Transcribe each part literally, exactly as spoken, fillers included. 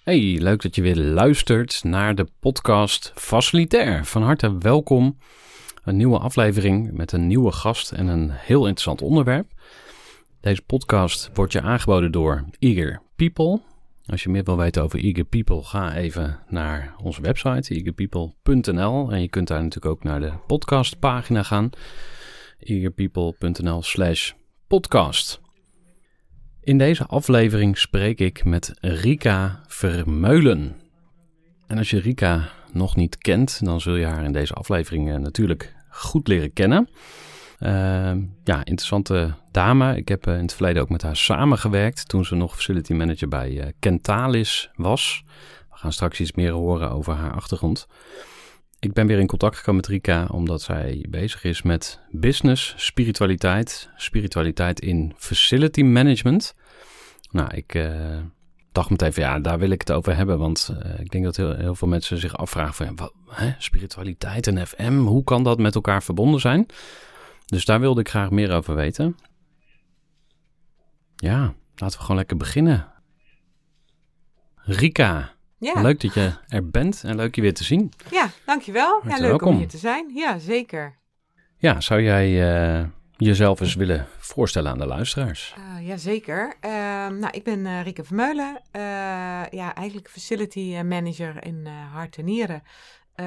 Hey, leuk dat je weer luistert naar de podcast Facilitair. Van harte welkom. Een nieuwe aflevering met een nieuwe gast en een heel interessant onderwerp. Deze podcast wordt je aangeboden door Eager People. Als je meer wil weten over Eager People, ga even naar onze website eager people punt n l. En je kunt daar natuurlijk ook naar de podcastpagina gaan. eagerpeople punt n l slash podcast. In deze aflevering spreek ik met Rika Vermeulen. En als je Rika nog niet kent, dan zul je haar in deze aflevering uh, natuurlijk goed leren kennen. Uh, ja, interessante dame. Ik heb uh, in het verleden ook met haar samengewerkt toen ze nog facility manager bij uh, Kentalis was. We gaan straks iets meer horen over haar achtergrond. Ik ben weer in contact gekomen met Rika omdat zij bezig is met business, spiritualiteit, spiritualiteit in facility management. Nou, ik uh, dacht meteen van ja, daar wil ik het over hebben, want uh, ik denk dat heel, heel veel mensen zich afvragen van ja, wat, hè, spiritualiteit en F M, hoe kan dat met elkaar verbonden zijn? Dus daar wilde ik graag meer over weten. Ja, laten we gewoon lekker beginnen. Rika. Ja. Leuk dat je er bent en leuk je weer te zien. Ja, dankjewel. Ja, leuk welkom. Om hier te zijn. Ja, zeker. Ja, zou jij uh, jezelf eens willen voorstellen aan de luisteraars? Uh, Jazeker. Uh, nou, ik ben uh, Rika Vermeulen. Uh, ja, eigenlijk facility manager in uh, hart en nieren. Uh,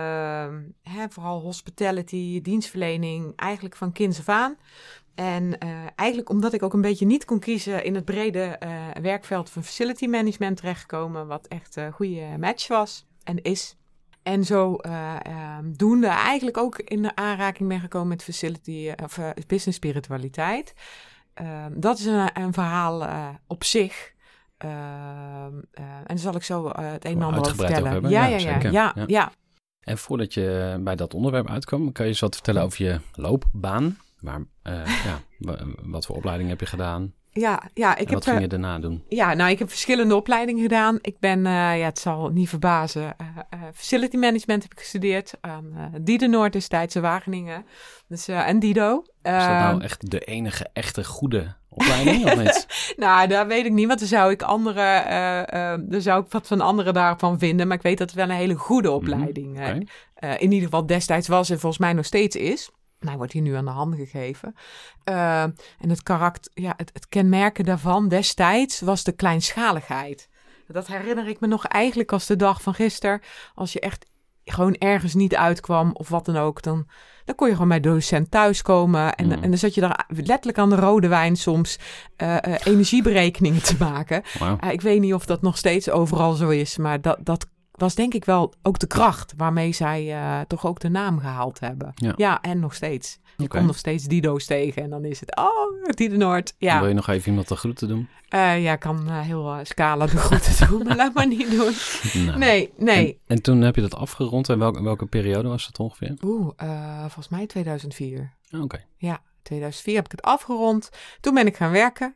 hè, vooral hospitality, dienstverlening, eigenlijk van kinds af aan. En uh, eigenlijk omdat ik ook een beetje niet kon kiezen in het brede uh, werkveld van facility management terechtgekomen, wat echt een goede match was en is. En zo uh, uh, doende eigenlijk ook in de aanraking ben gekomen met facility uh, of uh, business spiritualiteit. Uh, dat is een, een verhaal uh, op zich. Uh, uh, en daar zal ik zo uh, het een en ander over vertellen. Over ja, ja, ja, ja, ja, ja, ja. En voordat je bij dat onderwerp uitkwam, kan je eens wat vertellen over je loopbaan? Maar, uh, ja, wat voor opleiding heb je gedaan? Ja, ja, ik en heb, wat ging je daarna doen? Ja, nou, ik heb verschillende opleidingen gedaan. Ik ben, uh, ja, het zal niet verbazen, uh, uh, facility management heb ik gestudeerd aan uh, Diedenoord destijds in Wageningen. Dus, uh, en Dido. Uh, Is dat nou echt de enige echte goede opleiding of niet? Nou, dat weet ik niet, want dan zou ik andere, uh, uh, dan zou ik wat van anderen daarvan vinden. Maar ik weet dat het wel een hele goede opleiding mm, okay. uh, in ieder geval destijds was en volgens mij nog steeds is. Nou, wordt hier nu aan de hand gegeven. Uh, en het karakter, ja, het, het kenmerken daarvan destijds was de kleinschaligheid. Dat herinner ik me nog eigenlijk als de dag van gisteren. Als je echt gewoon ergens niet uitkwam of wat dan ook, dan, dan kon je gewoon bij de docent thuiskomen. En, mm. en dan zat je daar letterlijk aan de rode wijn soms uh, uh, energieberekeningen te maken. Wow. Uh, ik weet niet of dat nog steeds overal zo is, maar dat, dat was denk ik wel ook de kracht waarmee zij uh, toch ook de naam gehaald hebben. Ja, ja en nog steeds. Je okay. komt nog steeds Dido's tegen en dan is het, oh, Diedenoord. Ja. Wil je nog even iemand de groeten doen? Uh, ja, ik kan uh, heel uh, scala de groeten doen, maar laat maar niet doen. Nou. Nee, nee. En, en toen heb je dat afgerond en welke, welke periode was dat ongeveer? Oeh, uh, volgens mij tweeduizend vier. Oké. Okay. Ja, tweeduizend vier heb ik het afgerond. Toen ben ik gaan werken.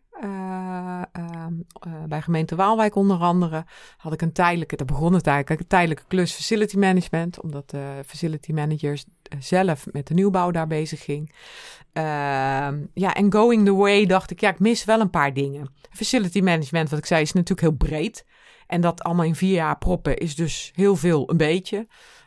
Uh, uh, uh, bij gemeente Waalwijk onder andere had ik een tijdelijke, daar begon het eigenlijk, een tijdelijke klus facility management, omdat de facility managers zelf met de nieuwbouw daar bezig ging. Uh, ja, en going the way dacht ik, ja, ik mis wel een paar dingen. Facility management, wat ik zei, is natuurlijk heel breed. En dat allemaal in vier jaar proppen is dus heel veel een beetje.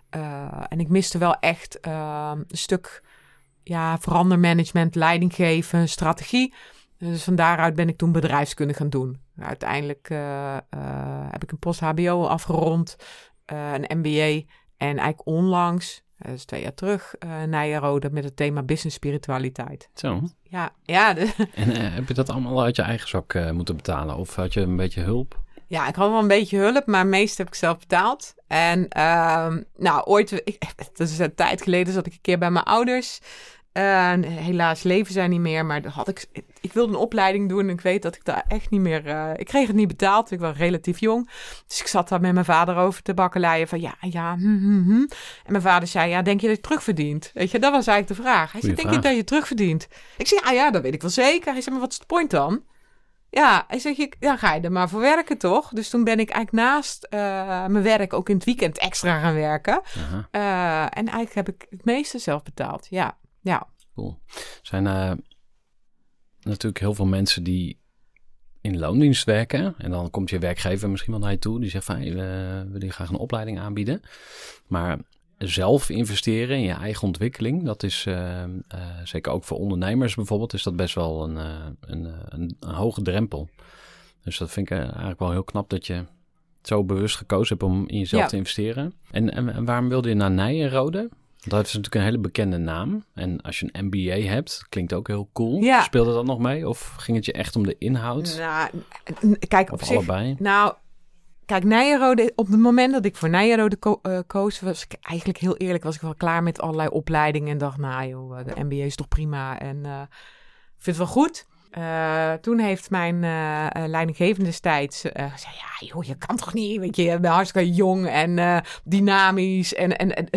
Uh, en ik miste wel echt uh, een stuk ja, verandermanagement, leiding geven, strategie. Dus van daaruit ben ik toen bedrijfskunde gaan doen. Uiteindelijk uh, uh, heb ik een post-H B O afgerond, uh, een M B A. En eigenlijk onlangs, uh, dat is twee jaar terug, uh, Nijrode met het thema business spiritualiteit. Zo. Ja, ja. De... En uh, heb je dat allemaal uit je eigen zak uh, moeten betalen? Of had je een beetje hulp? Ja, ik had wel een beetje hulp, maar het meeste heb ik zelf betaald. En uh, nou, ooit, ik, dat is een tijd geleden, zat ik een keer bij mijn ouders. Uh, helaas leven zij niet meer, maar had ik, ik wilde een opleiding doen en ik weet dat ik daar echt niet meer... Uh, ik kreeg het niet betaald, ik was relatief jong. Dus ik zat daar met mijn vader over te bakkeleien van ja, ja, hm, hm, hm. En mijn vader zei, ja, denk je dat je terugverdient? Weet je, dat was eigenlijk de vraag. Hij zei, denk je dat je terugverdient? Ik zei, ja, ja, dat weet ik wel zeker. Hij zei, maar wat is de point dan? Ja, hij zegt, ja, ga je er maar voor werken, toch? Dus toen ben ik eigenlijk naast uh, mijn werk ook in het weekend extra gaan werken. Uh, en eigenlijk heb ik het meeste zelf betaald, ja. Ja. Cool. Er zijn uh, natuurlijk heel veel mensen die in loondienst werken. En dan komt je werkgever misschien wel naar je toe. Die zegt van, hey, we willen je graag een opleiding aanbieden. Maar zelf investeren in je eigen ontwikkeling, dat is uh, uh, zeker ook voor ondernemers bijvoorbeeld, is dat best wel een, uh, een, een, een hoge drempel. Dus dat vind ik uh, eigenlijk wel heel knap dat je zo bewust gekozen hebt om in jezelf ja. te investeren. En, en, en waarom wilde je naar Nijenrode? Dat is natuurlijk een hele bekende naam. En als je een M B A hebt, klinkt ook heel cool. Ja. Speelde dat nog mee? Of ging het je echt om de inhoud? Nou, kijk, op of zich, allebei? Nou, kijk, Nijenrode, op het moment dat ik voor Nijenrode ko- uh, koos, was ik eigenlijk heel eerlijk, was ik wel klaar met allerlei opleidingen en dacht, nou joh, de M B A is toch prima en uh, ik vind het wel goed. Uh, toen heeft mijn uh, leidinggevende destijds uh, gezegd, ja joh, je kan toch niet, weet je, je bent hartstikke jong en uh, dynamisch. En, en, en,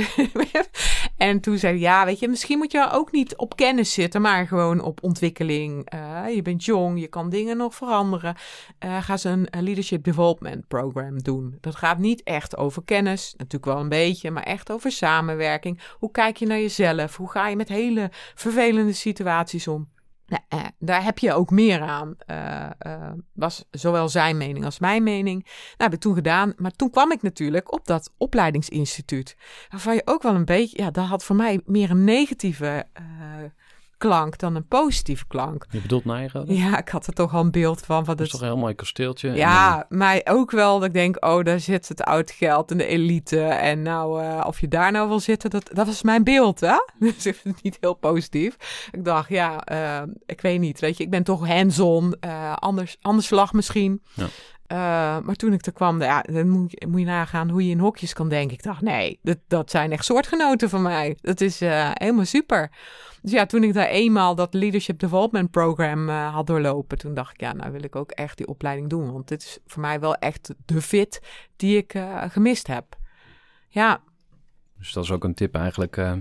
en toen zei hij, ja, weet je, misschien moet je ook niet op kennis zitten, maar gewoon op ontwikkeling. Uh, je bent jong, je kan dingen nog veranderen. Uh, ga eens een Leadership Development Program doen. Dat gaat niet echt over kennis, natuurlijk wel een beetje, maar echt over samenwerking. Hoe kijk je naar jezelf? Hoe ga je met hele vervelende situaties om? Nou, eh, daar heb je ook meer aan. Uh, uh, was zowel zijn mening als mijn mening. Nou, heb ik toen gedaan. Maar toen kwam ik natuurlijk op dat opleidingsinstituut. Waarvan je ook wel een beetje... Ja, dat had voor mij meer een negatieve uh, klank dan een positieve klank. Je bedoelt Nijenrode? Ja, ik had er toch al een beeld van. Wat dat is het... toch een heel mooi kasteeltje? Ja, en... maar ook wel dat ik denk... Oh, daar zit het oud geld en de elite. En nou, uh, of je daar nou wil zitten... Dat, dat was mijn beeld, hè? Dus ik vind het niet heel positief. Ik dacht, ja, uh, ik weet niet. Weet je, ik ben toch hands-on. Uh, anders, anders slag misschien. Ja. Uh, maar toen ik er kwam, ja, dan moet je, moet je nagaan hoe je in hokjes kan denken. Ik dacht, nee, dat, dat zijn echt soortgenoten van mij. Dat is uh, helemaal super. Dus ja, toen ik daar eenmaal dat Leadership Development Program uh, had doorlopen, toen dacht ik, ja, nou wil ik ook echt die opleiding doen. Want dit is voor mij wel echt de fit die ik uh, gemist heb. Ja. Dus dat is ook een tip eigenlijk... Uh...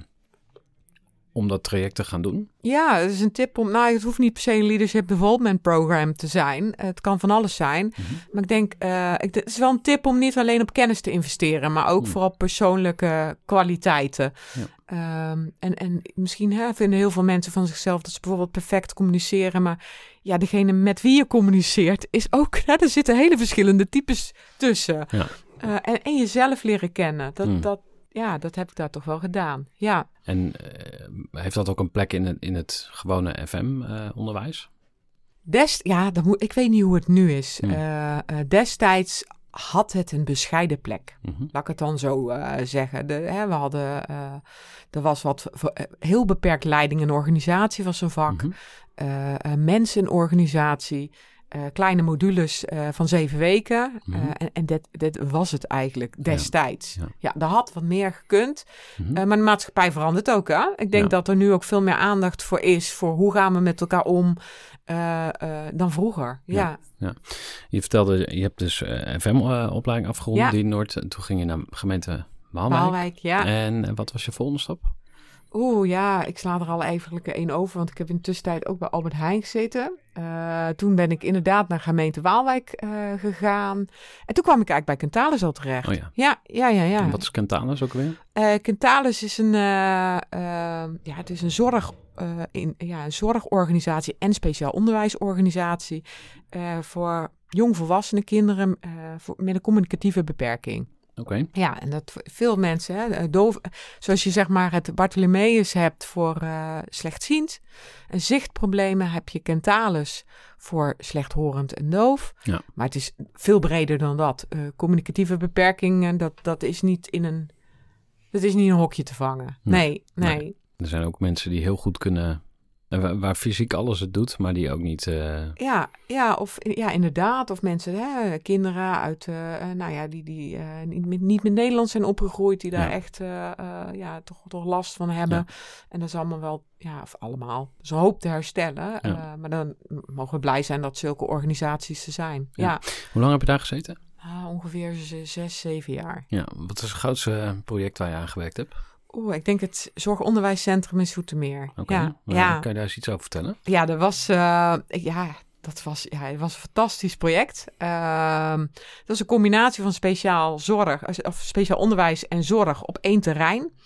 om dat traject te gaan doen? Ja, het is een tip om... Nou, het hoeft niet per se een Leadership Development Program te zijn. Het kan van alles zijn. Mm-hmm. Maar ik denk, uh, ik, het is wel een tip om niet alleen op kennis te investeren, maar ook mm. vooral persoonlijke kwaliteiten. Ja. Um, en, en misschien hè, vinden heel veel mensen van zichzelf dat ze bijvoorbeeld perfect communiceren, maar ja, degene met wie je communiceert is ook... Hè, er zitten hele verschillende types tussen. Ja. Uh, en, en jezelf leren kennen. Dat... Mm. dat Ja, dat heb ik daar toch wel gedaan, ja. En uh, heeft dat ook een plek in het, in het gewone F M-onderwijs? Uh, Des, ja, dat moet, ik weet niet hoe het nu is. Hmm. Uh, uh, destijds had het een bescheiden plek. Mm-hmm. Laat ik het dan zo uh, zeggen. De, hè, we hadden, uh, er was wat, uh, heel beperkt leiding en organisatie was een vak. Mm-hmm. Uh, uh, mensen en organisatie. Uh, kleine modules uh, van zeven weken. Mm-hmm. Uh, en en dat, dat was het eigenlijk destijds. Ja, ja. ja daar had wat meer gekund. Mm-hmm. Uh, maar de maatschappij verandert ook. Hè? Ik denk ja. dat er nu ook veel meer aandacht voor is. Voor hoe gaan we met elkaar om uh, uh, dan vroeger. Ja. Ja, ja. Je vertelde, je hebt dus uh, F M-opleiding afgerond ja. die in Noord. En toen ging je naar gemeente Waalwijk. Waalwijk, ja. En wat was je volgende stap? Oeh, ja, ik sla er al eigenlijk één over, want ik heb in de tussentijd ook bij Albert Heijn gezeten. Uh, toen ben ik inderdaad naar gemeente Waalwijk uh, gegaan. En toen kwam ik eigenlijk bij Kentalis al terecht. Oh ja. Ja, ja, ja, ja. En wat is Kentalis ook weer? Uh, Kentalis is een, uh, uh, ja, het is een, zorg, uh, in, ja, een zorgorganisatie en speciaal onderwijsorganisatie uh, voor jongvolwassenen kinderen uh, voor, met een communicatieve beperking. Oké. Okay. Ja, en dat veel mensen, hè, doof, zoals je zeg maar het Bartholomeus hebt voor uh, slechtziend en zichtproblemen, heb je Kentalis voor slechthorend en doof. Ja. Maar het is veel breder dan dat. Uh, communicatieve beperkingen, dat, dat is niet in een, dat is niet in een hokje te vangen. Nee, nee. nee. Er zijn ook mensen die heel goed kunnen... Waar, waar fysiek alles het doet, maar die ook niet... Uh... Ja, ja, of ja, inderdaad. Of mensen, hè, kinderen uit, uh, nou ja, die, die uh, niet, met, niet met Nederlands zijn opgegroeid, die daar ja. echt uh, uh, ja, toch, toch last van hebben. Ja. En dat is allemaal wel, ja, of allemaal, zo'n hoop te herstellen. Ja. Uh, maar dan mogen we blij zijn dat zulke organisaties er zijn. Ja. Ja. Hoe lang heb je daar gezeten? Uh, ongeveer zes, zeven jaar. Ja, wat is het grootste project waar je aan gewerkt hebt? Oeh, ik denk het Zorgonderwijscentrum in Zoetermeer. Oké, okay. ja, ja. Kan je daar eens iets over vertellen? Ja, dat was, uh, ja, dat was, ja, het was een fantastisch project. Uh, dat was een combinatie van speciaal zorg, of speciaal onderwijs en zorg op één terrein.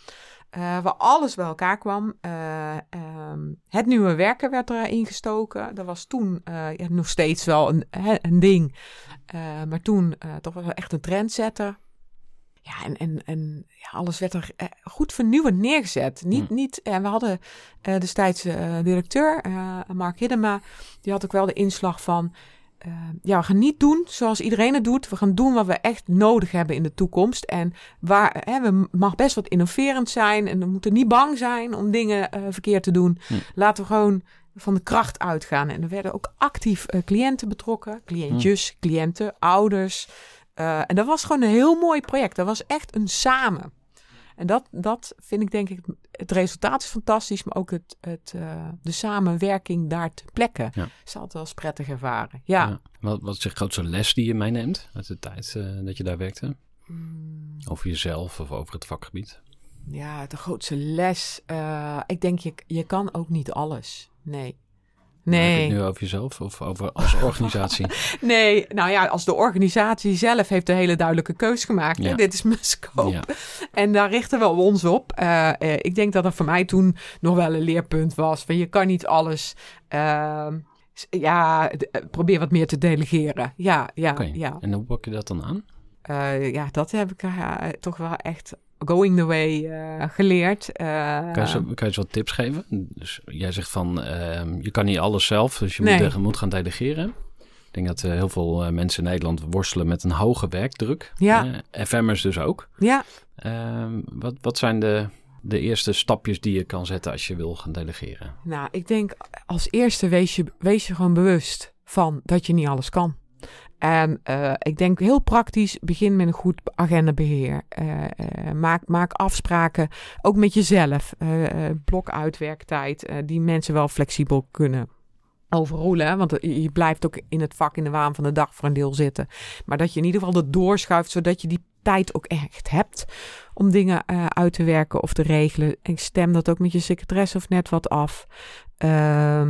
Uh, waar alles bij elkaar kwam. Uh, um, het nieuwe werken werd erin gestoken. Dat was toen uh, ja, nog steeds wel een, he, een ding. Uh, maar toen uh, toch wel echt een trendsetter. Ja, en, en, en ja, alles werd er uh, goed vernieuwend neergezet. Niet, hmm. niet, en we hadden uh, destijds uh, directeur, uh, Mark Hiddema, die had ook wel de inslag van... Uh, ja, we gaan niet doen zoals iedereen het doet. We gaan doen wat we echt nodig hebben in de toekomst. En waar, hè, we mag best wat innoverend zijn. En we moeten niet bang zijn om dingen uh, verkeerd te doen. Hm. Laten we gewoon van de kracht uitgaan. En er werden ook actief uh, cliënten betrokken. Cliëntjes, hm. cliënten, ouders. Uh, en dat was gewoon een heel mooi project. Dat was echt een samen. En dat, dat vind ik denk ik, het resultaat is fantastisch, maar ook het, het, uh, de samenwerking daar ter plekke. Ja. Is altijd wel eens prettig ervaren. Ja. Ja. Wat, wat is de grootste les die je meeneemt uit de tijd uh, dat je daar werkte? Mm. Over jezelf of over het vakgebied? Ja, de grootste les. Uh, ik denk, je, je kan ook niet alles. Nee. Nee. Heb je het nu over jezelf of over als organisatie? Nee, nou ja, als de organisatie zelf heeft een hele duidelijke keus gemaakt. Ja. Dit is mijn scope. Ja. En daar richten we ons op. Uh, uh, ik denk dat dat voor mij toen nog wel een leerpunt was. Van je kan niet alles... Uh, ja, d- probeer wat meer te delegeren. Ja, ja, okay. ja. En hoe pak je dat dan aan? Uh, ja, dat heb ik uh, toch wel echt... going the way uh, geleerd. Uh, kan, je zo, kan je eens wat tips geven? Dus jij zegt van, uh, je kan niet alles zelf, dus je nee. moet, moet gaan delegeren. Ik denk dat uh, heel veel uh, mensen in Nederland worstelen met een hoge werkdruk. Ja. Uh, F M'ers dus ook. Ja. Uh, wat, wat zijn de, de eerste stapjes die je kan zetten als je wil gaan delegeren? Nou, ik denk als eerste wees je, wees je gewoon bewust van dat je niet alles kan. En uh, ik denk heel praktisch, begin met een goed agendabeheer. Uh, uh, maak, maak afspraken, ook met jezelf. Uh, uh, blok uit werktijd, uh, die mensen wel flexibel kunnen overroelen. Want je blijft ook in het vak in de waan van de dag voor een deel zitten. Maar dat je in ieder geval dat doorschuift, zodat je die tijd ook echt hebt om dingen uh, uit te werken of te regelen. En stem dat ook met je secretaresse of net wat af. Uh,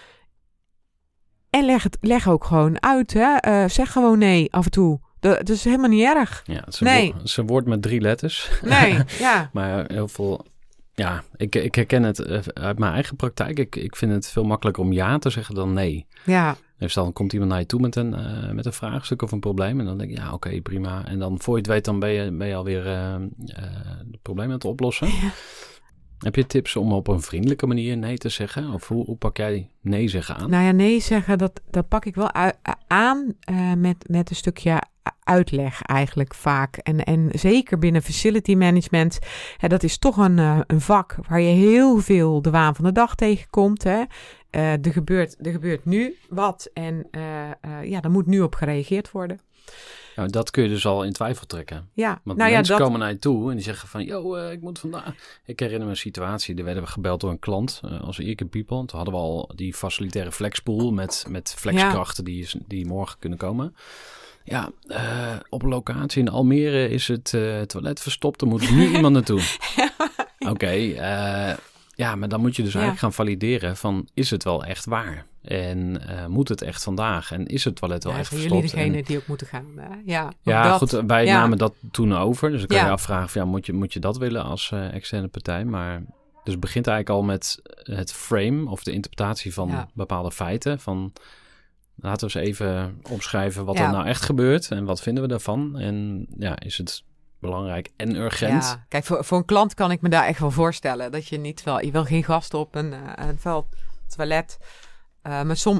En leg, het, leg ook gewoon uit. Hè? Uh, zeg gewoon nee af en toe. Dat, dat is helemaal niet erg. Ja, het is een, nee. woord, het is een woord met drie letters. Nee, ja. Maar heel veel... Ja, ik, ik herken het uit mijn eigen praktijk. Ik, ik vind het veel makkelijker om ja te zeggen dan nee. Ja. Dus dan komt iemand naar je toe met een, uh, met een vraagstuk of een probleem. En dan denk ik, ja, oké, okay, prima. En dan voor je het weet, dan ben je, ben je alweer uh, uh, het probleem aan het oplossen. Ja. Heb je tips om op een vriendelijke manier nee te zeggen? Of hoe, hoe pak jij nee zeggen aan? Nou ja, nee zeggen, dat, dat pak ik wel u- aan uh, met, met een stukje uitleg eigenlijk vaak. En, en zeker binnen facility management. Hè, dat is toch een, uh, een vak waar je heel veel de waan van de dag tegenkomt. Hè. Uh, er, gebeurt, er gebeurt nu wat en uh, uh, ja, daar moet nu op gereageerd worden. Nou, dat kun je dus al in twijfel trekken. Ja. Want nou mensen ja, dat... komen naar je toe en die zeggen van... yo, uh, ik moet vandaag... Ik herinner me een situatie, daar werden we gebeld door een klant... Uh, als Earcare People. Toen hadden we al die facilitaire flexpool... met, met flexkrachten ja. die, die morgen kunnen komen. Ja, uh, op een locatie in Almere is het uh, toilet verstopt. Er moet nu iemand naartoe. Oké, okay, uh, ja, maar dan moet je dus ja. eigenlijk gaan valideren... van is het wel echt waar? En uh, moet het echt vandaag? En is het toilet wel ja, echt voor verstopt? Jullie degene en... die ook moeten gaan. Hè? Ja, ja dat. goed, wij ja. namen dat toen over. Dus dan kan ja. je afvragen, van, ja, moet, je, moet je dat willen als uh, externe partij? Maar dus het begint eigenlijk al met het frame of de interpretatie van ja. bepaalde feiten. Van laten we eens even opschrijven wat ja. er nou echt gebeurt en wat vinden we daarvan? En ja, is het belangrijk en urgent? Ja, kijk, voor, voor een klant kan ik me daar echt wel voorstellen dat je niet wel, je wil geen gasten op een, een vuil toilet. Uh, maar soms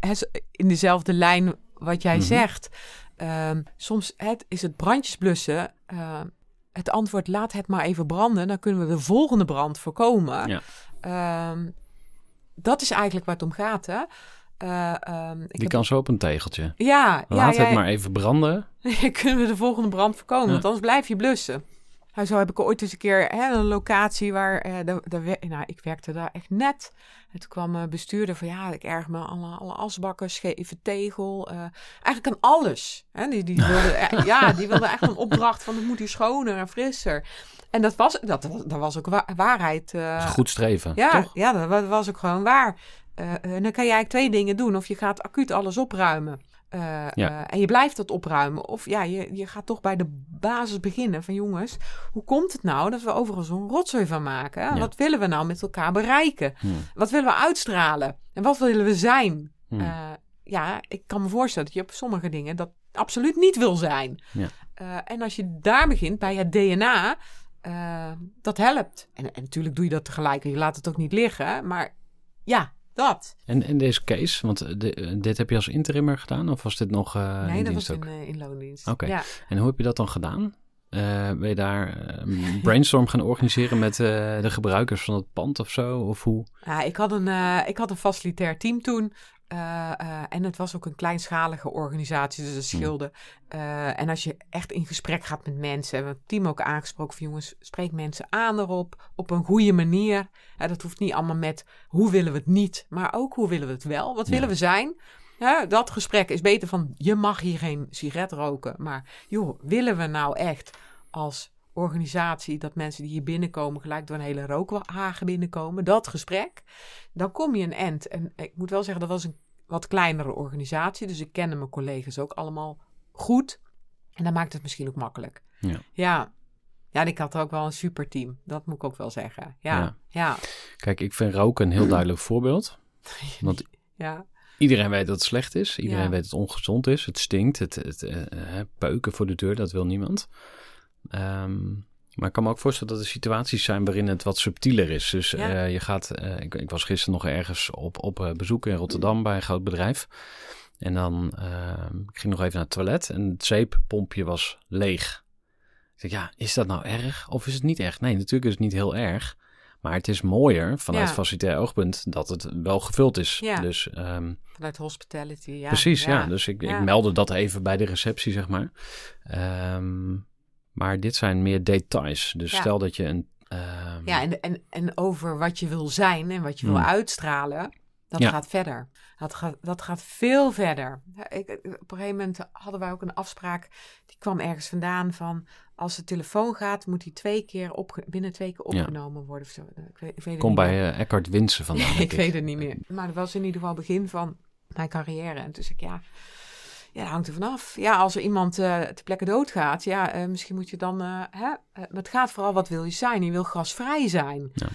in dezelfde lijn wat jij mm-hmm. zegt. Um, soms het, is het brandjes blussen. Uh, het antwoord laat het maar even branden. Dan kunnen we de volgende brand voorkomen. Ja. Um, dat is eigenlijk waar het om gaat. Hè? Uh, um, ik Die heb... kan zo op een tegeltje. Ja. Laat ja, het ja, maar even branden. kunnen we de volgende brand voorkomen. Ja. Want anders blijf je blussen. Nou, zo heb ik ooit eens een keer hè, een locatie waar... Uh, de, de, nou, ik werkte daar echt net. En toen kwam een bestuurder van... ja, ik erg me alle, alle asbakken, scheve tegel. Uh, eigenlijk aan alles. Hè. Die, die wilde, ja, die wilde echt een opdracht van... het moet hier schoner en frisser. En dat was, dat, dat was ook wa- waarheid. Uh, dat is goed streven, ja, toch? Ja, dat was ook gewoon waar. Uh, en dan kan je eigenlijk twee dingen doen. Of je gaat acuut alles opruimen... Uh, ja. uh, en je blijft dat opruimen. Of ja, je, je gaat toch bij de basis beginnen van jongens, hoe komt het nou dat we overal zo'n rotzooi van maken? Hè? Ja. Wat willen we nou met elkaar bereiken? Hmm. Wat willen we uitstralen? En wat willen we zijn? Hmm. Uh, ja, ik kan me voorstellen dat je op sommige dingen dat absoluut niet wil zijn. Ja. Uh, en als je daar begint, bij het D N A, uh, dat helpt. En, en natuurlijk doe je dat tegelijk. Je laat het ook niet liggen. Maar ja, dat. En, en deze case, want de, dit heb je als interimmer gedaan? Of was dit nog uh, nee, in dat dienst was ook? in, uh, in loondienst. Oké. Okay. Ja. En hoe heb je dat dan gedaan? Uh, ben je daar een brainstorm gaan organiseren met uh, de gebruikers van het pand of zo? Of hoe? Ja, ik had een, uh, ik had een facilitair team toen. Uh, uh, en het was ook een kleinschalige organisatie, dus dat scheelde. Uh, en als je echt in gesprek gaat met mensen, hebben we het team ook aangesproken van jongens, spreek mensen aan erop, op een goede manier. Uh, dat hoeft niet allemaal met hoe willen we het niet, maar ook hoe willen we het wel, wat ja. willen we zijn. Uh, dat gesprek is beter van, je mag hier geen sigaret roken, maar joh, willen we nou echt als organisatie dat mensen die hier binnenkomen gelijk door een hele rookhagen binnenkomen, dat gesprek, dan kom je een end. En ik moet wel zeggen, dat was een wat kleinere organisatie, dus ik kende mijn collega's ook allemaal goed. En dat maakt het misschien ook makkelijk. Ja. Ja, ja en ik had ook wel een superteam, dat moet ik ook wel zeggen. Ja, ja. ja. Kijk, ik vind roken een heel duidelijk voorbeeld. Want ja. iedereen weet dat het slecht is. Iedereen ja. weet dat het ongezond is. Het stinkt. Het, het uh, peuken voor de deur, dat wil niemand. Um, maar ik kan me ook voorstellen dat er situaties zijn waarin het wat subtieler is. Dus ja. uh, je gaat... Uh, ik, ik was gisteren nog ergens op, op uh, bezoek in Rotterdam bij een groot bedrijf. En dan uh, ik ging nog even naar het toilet en het zeeppompje was leeg. Ik dacht, ja, is dat nou erg of is het niet erg? Nee, natuurlijk is het niet heel erg. Maar het is mooier vanuit ja. facilitair oogpunt dat het wel gevuld is. Ja. Dus, um, vanuit hospitality, ja. Precies, ja. ja. Dus ik, ja. ik meldde dat even bij de receptie, zeg maar. Um, maar dit zijn meer details. Dus ja. stel dat je een... Um... Ja, en, en, en over wat je wil zijn en wat je wil hmm. uitstralen, dat ja. gaat verder. Dat gaat, dat gaat veel verder. Ik, op een gegeven moment hadden wij ook een afspraak, die kwam ergens vandaan van, als de telefoon gaat, moet die twee keer opge- binnen twee keer opgenomen ja. worden. Of zo. Ik weet, ik weet Kom bij uh, Eckhart Winsen vandaan. ik, ik weet het niet meer. Maar dat was in ieder geval het begin van mijn carrière. En toen zei ik, ja, ja dat hangt er vanaf. Ja, als er iemand uh, ter plekke doodgaat, ja, uh, misschien moet je dan... Uh, hè, uh, maar het gaat vooral, wat wil je zijn? Je wil gasvrij zijn. Ja.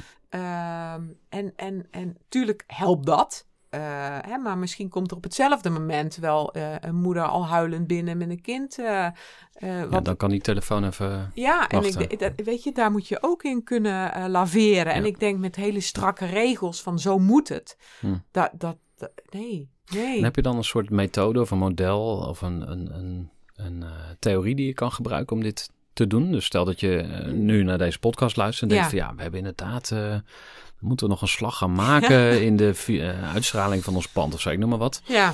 Uh, en, en, en tuurlijk helpt dat. Uh, hè, maar misschien komt er op hetzelfde moment wel uh, een moeder al huilend binnen met een kind. Uh, uh, wat... Ja, dan kan die telefoon even Ja, wachten. en ik, dat, weet je, daar moet je ook in kunnen uh, laveren. Ja. En ik denk met hele strakke regels van zo moet het. Hm. Dat, dat, dat, nee, nee. En heb je dan een soort methode of een model of een, een, een, een uh, theorie die je kan gebruiken om dit te doen? Dus stel dat je uh, nu naar deze podcast luistert en denkt ja. van ja, we hebben inderdaad... Uh, moeten we nog een slag gaan maken ja. in de uh, uitstraling van ons pand of zo, ik noem maar wat. Ja.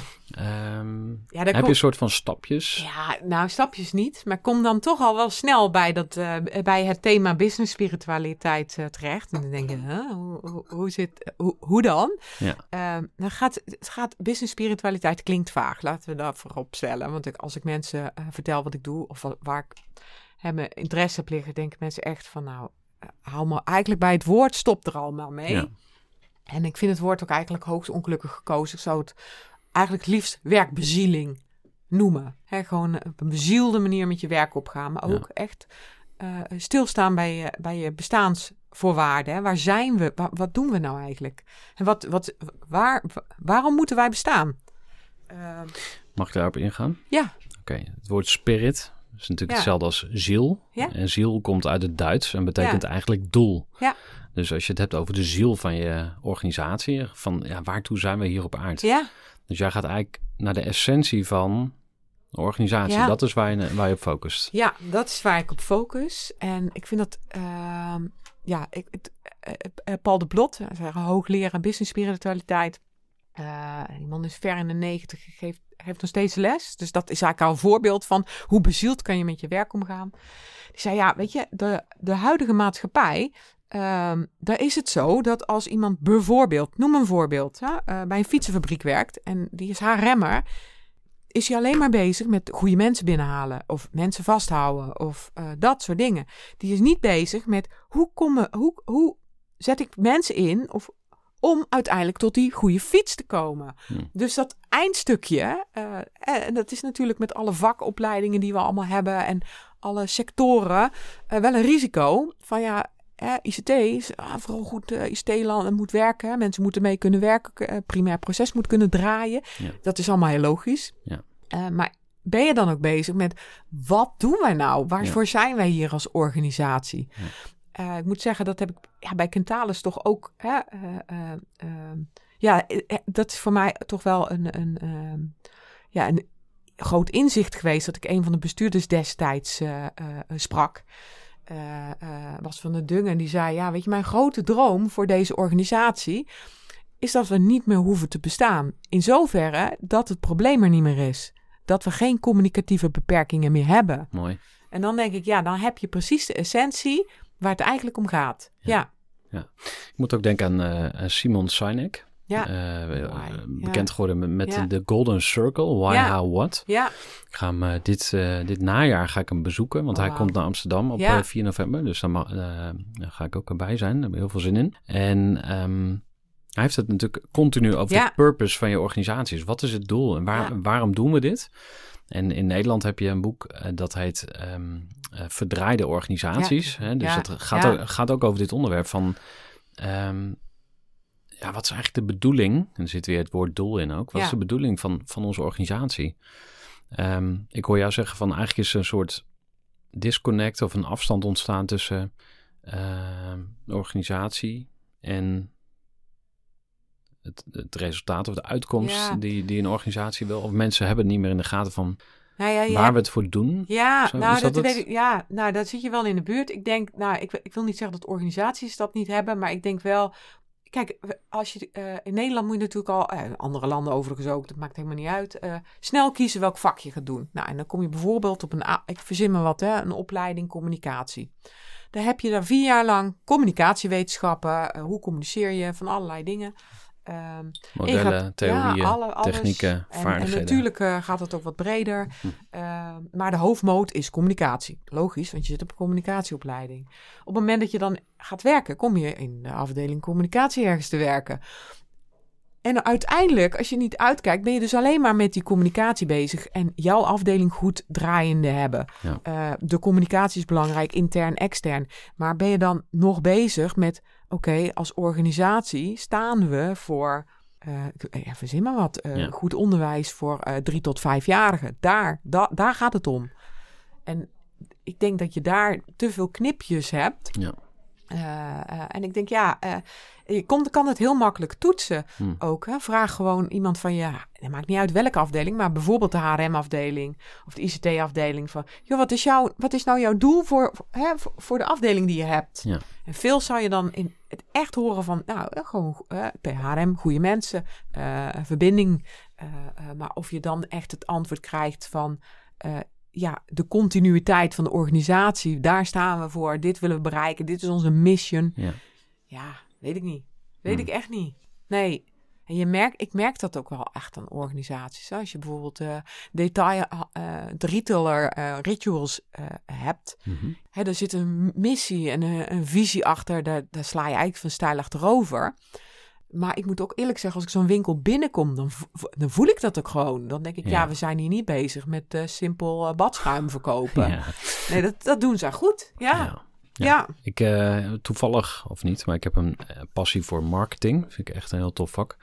Um, ja heb kom... je een soort van stapjes? Ja, nou stapjes niet, maar kom dan toch al wel snel bij, dat, uh, bij het thema business spiritualiteit uh, terecht. En dan denk je, huh? hoe, hoe, hoe, zit, hoe, hoe dan? Ja. Uh, dan gaat, het gaat, business spiritualiteit klinkt vaag, laten we dat voorop stellen. Want ik, als ik mensen uh, vertel wat ik doe of wat, waar ik hè, mijn interesse heb liggen, denken mensen echt van nou, hou maar eigenlijk bij het woord, stop er allemaal mee. Ja. En ik vind het woord ook eigenlijk hoogst ongelukkig gekozen. Ik zou het eigenlijk liefst werkbezieling noemen. He, gewoon op een bezielde manier met je werk opgaan. Maar ook ja. echt uh, stilstaan bij je, bij je bestaansvoorwaarden. Hè. Waar zijn we? Wa- wat doen we nou eigenlijk? En wat, wat, waar, waarom moeten wij bestaan? Uh, Mag ik daarop ingaan? Ja. Oké, okay. Het woord spirit... Dat is natuurlijk ja. hetzelfde als ziel. Ja. En ziel komt uit het Duits en betekent ja. eigenlijk doel. Ja. Dus als je het hebt over de ziel van je organisatie, van ja, waartoe zijn we hier op aarde? Ja. Dus jij gaat eigenlijk naar de essentie van de organisatie. Ja. Dat is waar je, waar je op focust. Ja, dat is waar ik op focus. En ik vind dat, uh, ja, ik, het, uh, Paul de Blot, een hoogleraar business spiritualiteit. Uh, die man is ver in de negentig, geeft heeft nog steeds les. Dus dat is eigenlijk al een voorbeeld van hoe bezield kan je met je werk omgaan. Die zei, ja, weet je, de, de huidige maatschappij, um, daar is het zo dat als iemand bijvoorbeeld, noem een voorbeeld, ja, uh, bij een fietsenfabriek werkt en die is haar remmer, is hij alleen maar bezig met goede mensen binnenhalen of mensen vasthouden of uh, dat soort dingen. Die is niet bezig met hoe, komen, hoe, hoe zet ik mensen in of om uiteindelijk tot die goede fiets te komen. Hmm. Dus dat eindstukje, uh, en dat is natuurlijk met alle vakopleidingen die we allemaal hebben en alle sectoren uh, wel een risico van ja, uh, I C T is uh, vooral goed, uh, I C T-land moet werken, mensen moeten mee kunnen werken, uh, primair proces moet kunnen draaien. Ja. Dat is allemaal heel logisch. Ja. Uh, maar ben je dan ook bezig met wat doen wij nou? Waarvoor ja. zijn wij hier als organisatie? Ja. Uh, ik moet zeggen, dat heb ik ja, bij Kentalis toch ook... Hè, uh, uh, uh, ja, dat is voor mij toch wel een, een, uh, ja, een groot inzicht geweest... dat ik een van de bestuurders destijds uh, uh, sprak. Uh, uh, was van de Dungen en die zei... ja, weet je, mijn grote droom voor deze organisatie... is dat we niet meer hoeven te bestaan. In zoverre dat het probleem er niet meer is. Dat we geen communicatieve beperkingen meer hebben. Mooi. En dan denk ik, ja, dan heb je precies de essentie... waar het eigenlijk om gaat. Ja. ja. ja. Ik moet ook denken aan uh, Simon Sinek. Ja. Uh, bekend ja. geworden met ja. de Golden Circle. Why, ja. how, what. Ja. Ik ga hem uh, dit, uh, dit najaar ga ik hem bezoeken. Want oh, hij wow. komt naar Amsterdam op ja. uh, vier november. Dus dan uh, daar ga ik ook erbij zijn. Daar heb ik heel veel zin in. En um, hij heeft het natuurlijk continu over ja. de purpose van je organisatie. Dus wat is het doel? En waar, ja. waarom doen we dit? En in Nederland heb je een boek uh, dat heet um, uh, Verdraaide organisaties. Ja. Hè? Dus ja. dat gaat, ja. ook, gaat ook over dit onderwerp van... Um, ja, wat is eigenlijk de bedoeling? En er zit weer het woord doel in ook. Wat ja. is de bedoeling van, van onze organisatie? Um, ik hoor jou zeggen van eigenlijk is er een soort disconnect of een afstand ontstaan tussen uh, de organisatie en... Het, het resultaat of de uitkomst ja. die, die een organisatie wil. Of mensen hebben het niet meer in de gaten van nou ja, waar hebt... we het voor doen. Ja, Zo, nou, dat dat het... weet ik, ja, nou, dat zit je wel in de buurt. Ik denk, nou, ik, ik wil niet zeggen dat organisaties dat niet hebben, maar ik denk wel... Kijk, als je, uh, in Nederland moet je natuurlijk al... Uh, andere landen overigens ook, dat maakt helemaal niet uit. Uh, snel kiezen welk vak je gaat doen. Nou, en dan kom je bijvoorbeeld op een... Ik verzin me wat, hè, een opleiding communicatie. Dan heb je daar vier jaar lang communicatiewetenschappen. Uh, hoe communiceer je? Van allerlei dingen... Um, Modellen, gaat, theorieën, ja, alle, alles. technieken, en, vaardigheden. En natuurlijk uh, gaat het ook wat breder. Hm. Uh, maar de hoofdmoot is communicatie. Logisch, want je zit op een communicatieopleiding. Op het moment dat je dan gaat werken, kom je in de afdeling communicatie ergens te werken. En uiteindelijk, als je niet uitkijkt, ben je dus alleen maar met die communicatie bezig. En jouw afdeling goed draaiende hebben. Ja. Uh, de communicatie is belangrijk, intern, extern. Maar ben je dan nog bezig met... Oké, okay, als organisatie staan we voor, uh, ja, verzin maar wat, uh, ja. goed onderwijs voor uh, drie tot vijfjarigen. Daar, da, daar gaat het om. En ik denk dat je daar te veel knipjes hebt. Ja. Uh, uh, en ik denk, ja, uh, je kon, kan het heel makkelijk toetsen hmm. ook. Hè? Vraag gewoon iemand van, ja, het maakt niet uit welke afdeling, maar bijvoorbeeld de H R M-afdeling of de I C T-afdeling. Van, joh, wat is, jouw, wat is nou jouw doel voor, hè, voor de afdeling die je hebt? Ja. En veel zou je dan in het echt horen van, nou, gewoon uh, bij H R M, goede mensen, uh, verbinding. Uh, uh, maar of je dan echt het antwoord krijgt van... Uh, ja, de continuïteit van de organisatie, daar staan we voor. Dit willen we bereiken. Dit is onze mission. Ja, ja weet ik niet. Weet hmm. ik echt niet. Nee. En je merkt, ik merk dat ook wel echt aan organisaties. Als je bijvoorbeeld uh, detail, uh, de retailer uh, rituals uh, hebt. Mm-hmm. Hè, er zit een missie en een, een visie achter. Daar, daar sla je eigenlijk van stijl achterover. Maar ik moet ook eerlijk zeggen, als ik zo'n winkel binnenkom, dan, dan voel ik dat ook gewoon. Dan denk ik, ja, ja we zijn hier niet bezig met uh, simpel uh, badschuim verkopen. Ja. Nee, dat, dat doen ze goed. Ja. ja. ja. ja. Ik, uh, toevallig, of niet, maar ik heb een uh, passie voor marketing. Dat vind ik echt een heel tof vak.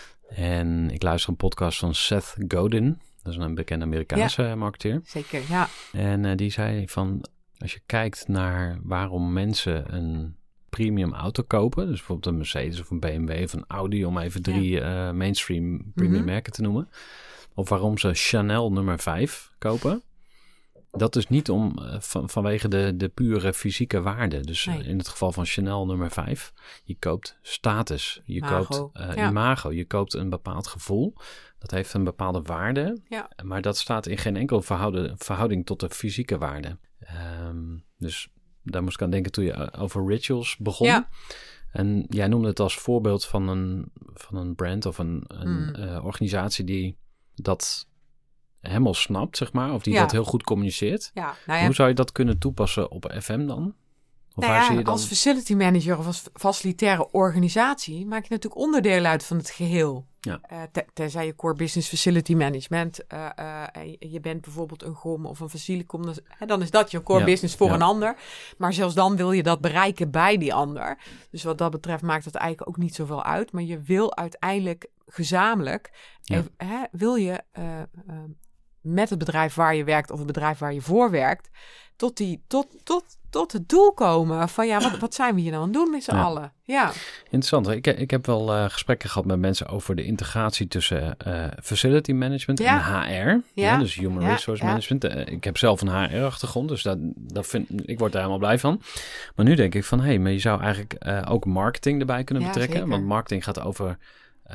En ik luister een podcast van Seth Godin. Dat is een bekende Amerikaanse ja. marketeer. Zeker, ja. En uh, die zei van, als je kijkt naar waarom mensen een... premium auto kopen. Dus bijvoorbeeld een Mercedes of een B M W of een Audi... om even drie ja. uh, mainstream premium mm-hmm. merken te noemen. Of waarom ze Chanel nummer vijf kopen. Dat is niet om uh, van, vanwege de, de pure fysieke waarde. Dus nee. uh, in het geval van Chanel nummer vijf... je koopt status, je imago. koopt uh, ja. imago, je koopt een bepaald gevoel. Dat heeft een bepaalde waarde. Ja. Maar dat staat in geen enkele verhouden, verhouding tot de fysieke waarde. Um, dus... Daar moest ik aan denken toen je over rituals begon. Ja. En jij noemde het als voorbeeld van een, van een brand of een, een mm. uh, organisatie die dat helemaal snapt, zeg maar. Of die ja. dat heel goed communiceert. Ja, nou ja. Hoe zou je dat kunnen toepassen op F M dan? Of nou waar ja, zie je dan... als facility manager of als facilitaire organisatie maak je natuurlijk onderdeel uit van het geheel. Ja. Uh, te, tenzij je core business facility management. Uh, uh, je bent bijvoorbeeld een G O M of een facilicom. Dus, hè, dan is dat je core ja. business voor ja. een ander. Maar zelfs dan wil je dat bereiken bij die ander. Dus wat dat betreft maakt het eigenlijk ook niet zoveel uit. Maar je wil uiteindelijk gezamenlijk... Ja. Even, hè, wil je uh, uh, met het bedrijf waar je werkt of het bedrijf waar je voor werkt... tot, die, tot, tot, tot het doel komen van ja, wat, wat zijn we hier nou aan het doen met z'n ja. allen? Ja. Interessant. Ik, ik heb wel uh, gesprekken gehad met mensen over de integratie tussen uh, facility management ja. en H R. Ja. Ja, dus Human ja. Resource ja. Management. Uh, ik heb zelf een H R-achtergrond, dus dat, dat vind, ik word daar helemaal blij van. Maar nu denk ik van, hé, hey, maar je zou eigenlijk uh, ook marketing erbij kunnen ja, betrekken. Zeker. Want marketing gaat over... Uh,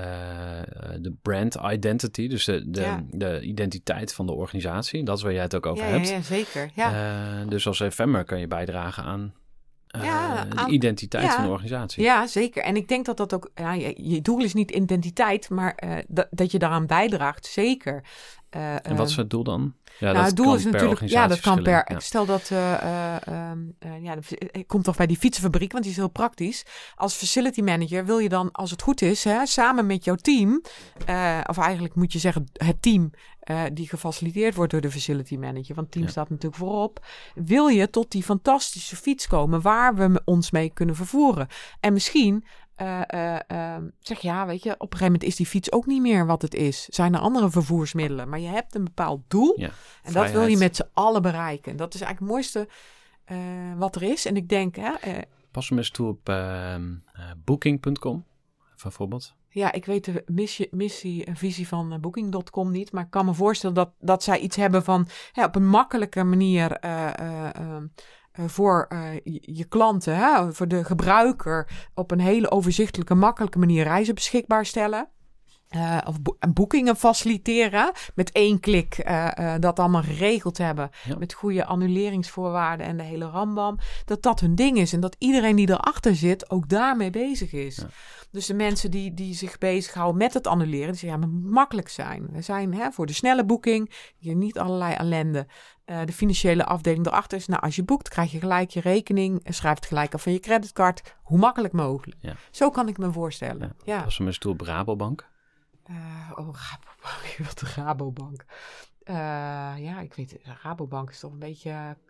de brand identity, dus de, de, ja. de identiteit van de organisatie. Dat is waar jij het ook over ja, hebt. Ja, ja zeker. Ja. Uh, dus als F M'er kan je bijdragen aan uh, ja, de aan, identiteit ja. van de organisatie. Ja, zeker. En ik denk dat dat ook... Ja, je, je doel is niet identiteit, maar uh, dat, dat je daaraan bijdraagt, zeker. Uh, en wat is het doel dan? Ja, nou, dat het doel kan is per natuurlijk... Ja, dat kan per... Ja. Stel dat... Uh, uh, uh, ja, ik kom toch bij die fietsenfabriek, want die is heel praktisch. Als facility manager wil je dan, als het goed is, hè, samen met jouw team... Uh, of eigenlijk moet je zeggen het team... Uh, die gefaciliteerd wordt door de facility manager. Want het team ja. staat natuurlijk voorop. Wil je tot die fantastische fiets komen... waar we ons mee kunnen vervoeren? En misschien... Uh, uh, uh, zeg ja, weet je, op een gegeven moment is die fiets ook niet meer wat het is. Zijn er andere vervoersmiddelen? Maar je hebt een bepaald doel ja, en dat wil je met z'n allen bereiken. En dat is eigenlijk het mooiste uh, wat er is. En ik denk... Hè, uh, Pas hem eens toe op uh, uh, booking punt com, bijvoorbeeld. Ja, ik weet de missie, missie en visie van uh, booking punt com niet. Maar ik kan me voorstellen dat, dat zij iets hebben van... Hè, op een makkelijke manier... Uh, uh, uh, Uh, voor uh, je, je klanten, hè, voor de gebruiker... op een hele overzichtelijke, makkelijke manier reizen beschikbaar stellen. Uh, of bo- boekingen faciliteren. Met één klik uh, uh, dat allemaal geregeld hebben. Ja. Met goede annuleringsvoorwaarden en de hele rambam. Dat dat hun ding is. En dat iedereen die erachter zit ook daarmee bezig is. Ja. Dus de mensen die, die zich bezighouden met het annuleren... die zeggen, ja, maar het moet makkelijk zijn. We zijn hè, voor de snelle boeking, hier niet allerlei ellende... Uh, de financiële afdeling erachter is... nou, als je boekt, krijg je gelijk je rekening... schrijf het gelijk af van je creditcard... hoe makkelijk mogelijk. Ja. Zo kan ik me voorstellen. Ja, ja. Was er eens toe op Rabobank? Uh, oh, Rabobank. Wat de Rabobank? Uh, ja, ik weet... Rabobank is toch een beetje...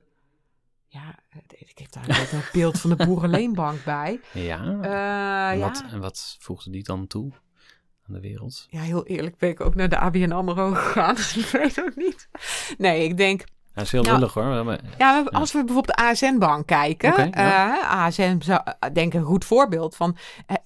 Ja, ik heb daar een beeld van de boerenleenbank bij. Ja, uh, en, wat, ja. en wat voegde die dan toe aan de wereld? Ja, heel eerlijk ben ik ook naar de A B N AMRO gegaan. Dus ik weet ook niet. Nee, ik denk... Dat is heel nou, lullig hoor. Maar, ja, ja, als we bijvoorbeeld de A S N-bank kijken. Okay, ja. uh, A S N zou denk ik een goed voorbeeld van uh,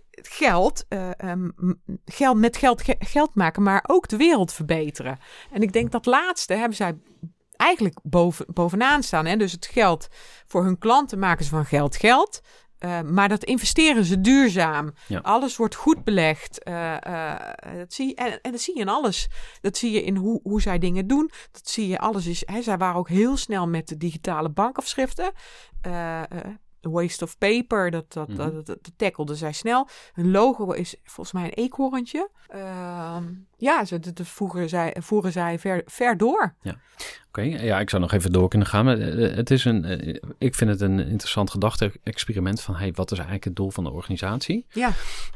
geld, uh, um, geld met geld ge- geld maken, maar ook de wereld verbeteren. En ik denk dat laatste hebben zij eigenlijk boven, bovenaan staan. Hè? Dus het geld voor hun klanten maken ze van geld geld. Uh, maar dat investeren ze duurzaam. Ja. Alles wordt goed belegd. Uh, uh, dat zie je, en, en dat zie je in alles. Dat zie je in hoe, hoe zij dingen doen. Dat zie je alles. Is, hè, zij waren ook heel snel met de digitale bankafschriften. Uh, uh, waste of paper, dat, dat, mm-hmm. dat, dat, dat tackelden zij snel. Hun logo is volgens mij een eekhoorntje. Uh, ja, ze, dat voeren zij, voeren zij ver, ver door. Ja. Oké, okay, ja, ik zou nog even door kunnen gaan. Maar het is een, ik vind het een interessant gedachte-experiment van, hey, wat is eigenlijk het doel van de organisatie? Ja.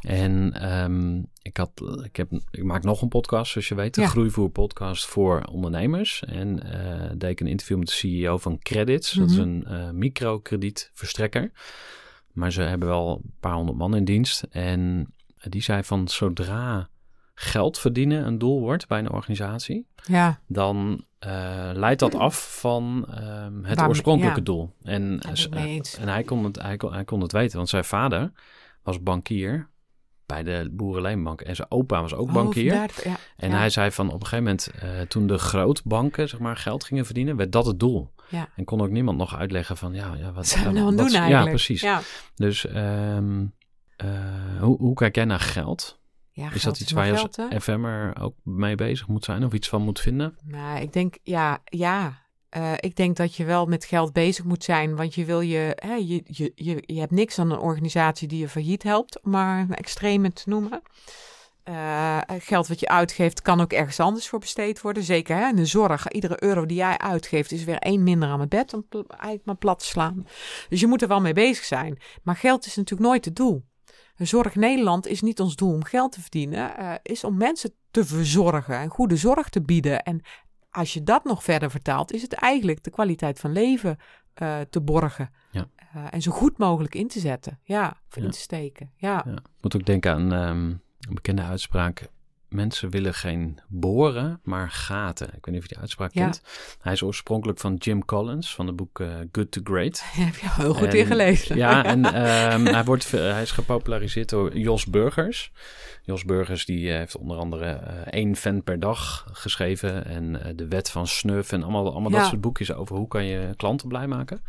En um, ik had, ik heb, ik maak nog een podcast, zoals je weet, de ja. Groeivoer podcast voor ondernemers. En uh, deed ik een interview met de C E O van Credits. Mm-hmm. Dat is een uh, microkredietverstrekker. Maar ze hebben wel een paar honderd man in dienst. En die zei van, zodra geld verdienen een doel wordt bij een organisatie, ja. dan uh, leidt dat af van um, het Waar, oorspronkelijke ja. doel. En, uh, en hij, kon het, hij, kon, hij kon het weten, want zijn vader was bankier bij de Boerenleenbank en zijn opa was ook oh, bankier. Daar, ja. En ja. hij zei van op een gegeven moment, uh, toen de grootbanken zeg maar geld gingen verdienen, werd dat het doel. Ja. En kon ook niemand nog uitleggen van ja, ja wat zou we nou doen eigenlijk? Ja, precies. Ja. Dus um, uh, hoe, hoe kijk jij naar geld? Ja, is dat iets waar je als F M'er ook mee bezig moet zijn of iets van moet vinden? Nou, ik denk, ja, ja. Uh, ik denk dat je wel met geld bezig moet zijn, want je wil je, hè, je, je, je, je hebt niks aan een organisatie die je failliet helpt, om maar een extreme te noemen. Uh, geld wat je uitgeeft kan ook ergens anders voor besteed worden. Zeker hè, in de zorg. Iedere euro die jij uitgeeft is weer één minder aan het bed om pl- eigenlijk maar plat te slaan. Dus je moet er wel mee bezig zijn. Maar geld is natuurlijk nooit het doel. Zorg Nederland is niet ons doel om geld te verdienen. Uh, is om mensen te verzorgen en goede zorg te bieden. En als je dat nog verder vertaalt, is het eigenlijk de kwaliteit van leven uh, te borgen. Ja. Uh, en zo goed mogelijk in te zetten. Ja, of ja. in te steken. Ja. Ja. Ik moet ook denken aan um, een bekende uitspraak. Mensen willen geen boren, maar gaten. Ik weet niet of je die uitspraak ja. kent. Hij is oorspronkelijk van Jim Collins, van het boek uh, Good to Great. Ja, heb je heel goed en, ingelezen. Ja, en um, hij, wordt, hij is gepopulariseerd door Jos Burgers. Jos Burgers die uh, heeft onder andere uh, één fan per dag geschreven. En uh, de wet van snuf en allemaal, allemaal ja. dat soort boekjes over hoe kan je klanten blij maken.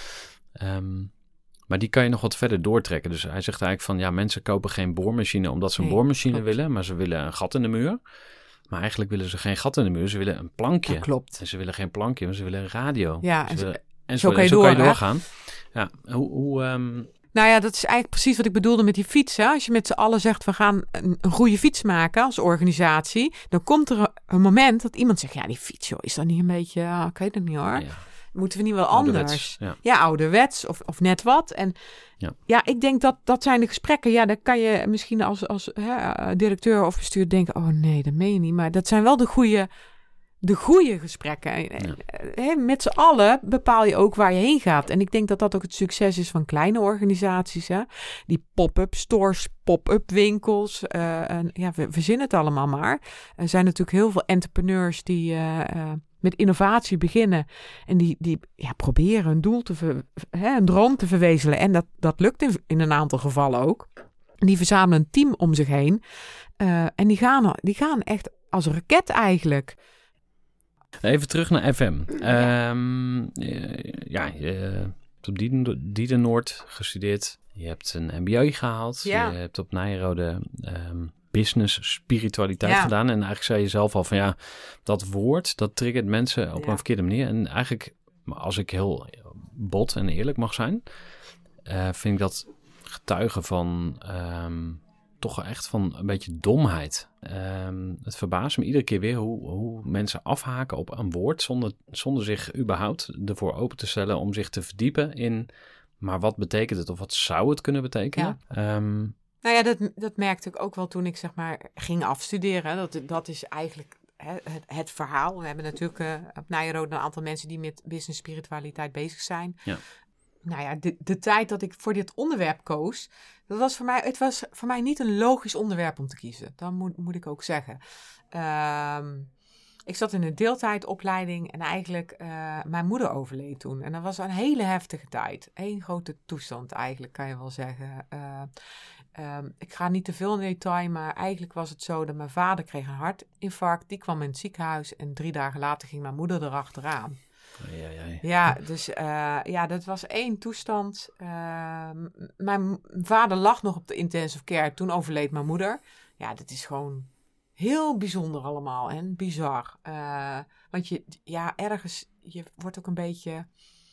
Um, Maar die kan je nog wat verder doortrekken. Dus hij zegt eigenlijk van... ja, mensen kopen geen boormachine omdat ze een nee, boormachine klopt. willen... maar ze willen een gat in de muur. Maar eigenlijk willen ze geen gat in de muur. Ze willen een plankje. Dat klopt. En ze willen geen plankje, maar ze willen een radio. Ja, en, willen, en zo, zo kan je, zo door, kan je doorgaan. Ja, hoe... hoe um... Nou ja, dat is eigenlijk precies wat ik bedoelde met die fiets. Hè? Als je met z'n allen zegt, we gaan een, een goede fiets maken als organisatie... dan komt er een, een moment dat iemand zegt... ja, die fiets, joh, is dat niet een beetje... Uh, ik weet het niet hoor... Ja. Moeten we niet wel anders? Ja. ja, ouderwets of, of net wat. En ja. ja, ik denk dat dat zijn de gesprekken. Ja, dan kan je misschien als, als hè, directeur of bestuur denken... oh nee, dat meen je niet. Maar dat zijn wel de goede, de goede gesprekken. Ja. He, met z'n allen bepaal je ook waar je heen gaat. En ik denk dat dat ook het succes is van kleine organisaties. Hè? Die pop-up stores, pop-up winkels. Uh, en, ja, we verzinnen het allemaal maar. Er zijn natuurlijk heel veel entrepreneurs die... Uh, uh, met innovatie beginnen en die, die ja, proberen een doel te ver, hè, een droom te verwezenlijken. En dat, dat lukt in, in een aantal gevallen ook. Die verzamelen een team om zich heen uh, en die gaan, die gaan echt als een raket eigenlijk. Even terug naar F M. Ja, um, ja je hebt op Diedernoord gestudeerd. Je hebt een M B A gehaald. Ja. Je hebt op Nijrode... Um, business spiritualiteit ja. gedaan. En eigenlijk zei je zelf al van ja, dat woord, dat triggert mensen op ja. een verkeerde manier. En eigenlijk, als ik heel bot en eerlijk mag zijn, uh, vind ik dat getuigen van um, toch echt van een beetje domheid. Um, het verbaast me iedere keer weer hoe, hoe mensen afhaken op een woord zonder, zonder zich überhaupt ervoor open te stellen om zich te verdiepen in, maar wat betekent het of wat zou het kunnen betekenen? Ja. Um, Nou ja, dat, dat merkte ik ook wel toen ik zeg maar ging afstuderen. Dat, dat is eigenlijk hè, het, het verhaal. We hebben natuurlijk uh, op Nijrode een aantal mensen die met business spiritualiteit bezig zijn. Ja. Nou ja, de, de tijd dat ik voor dit onderwerp koos, dat was voor mij, het was voor mij niet een logisch onderwerp om te kiezen. Dat moet, moet ik ook zeggen. Um, ik zat in een deeltijdopleiding en eigenlijk uh, mijn moeder overleed toen. En dat was een hele heftige tijd. Eén grote toestand eigenlijk, kan je wel zeggen. Uh, Um, ik ga niet te veel in detail, maar eigenlijk was het zo dat mijn vader kreeg een hartinfarct. Die kwam in het ziekenhuis en drie dagen later ging mijn moeder erachteraan. Ja, ja, ja. ja dus uh, ja, dat was één toestand. Uh, mijn vader lag nog op de intensive care. Toen overleed mijn moeder. Ja, dat is gewoon heel bijzonder allemaal en bizar. Uh, want je, ja, ergens, je wordt ook een beetje,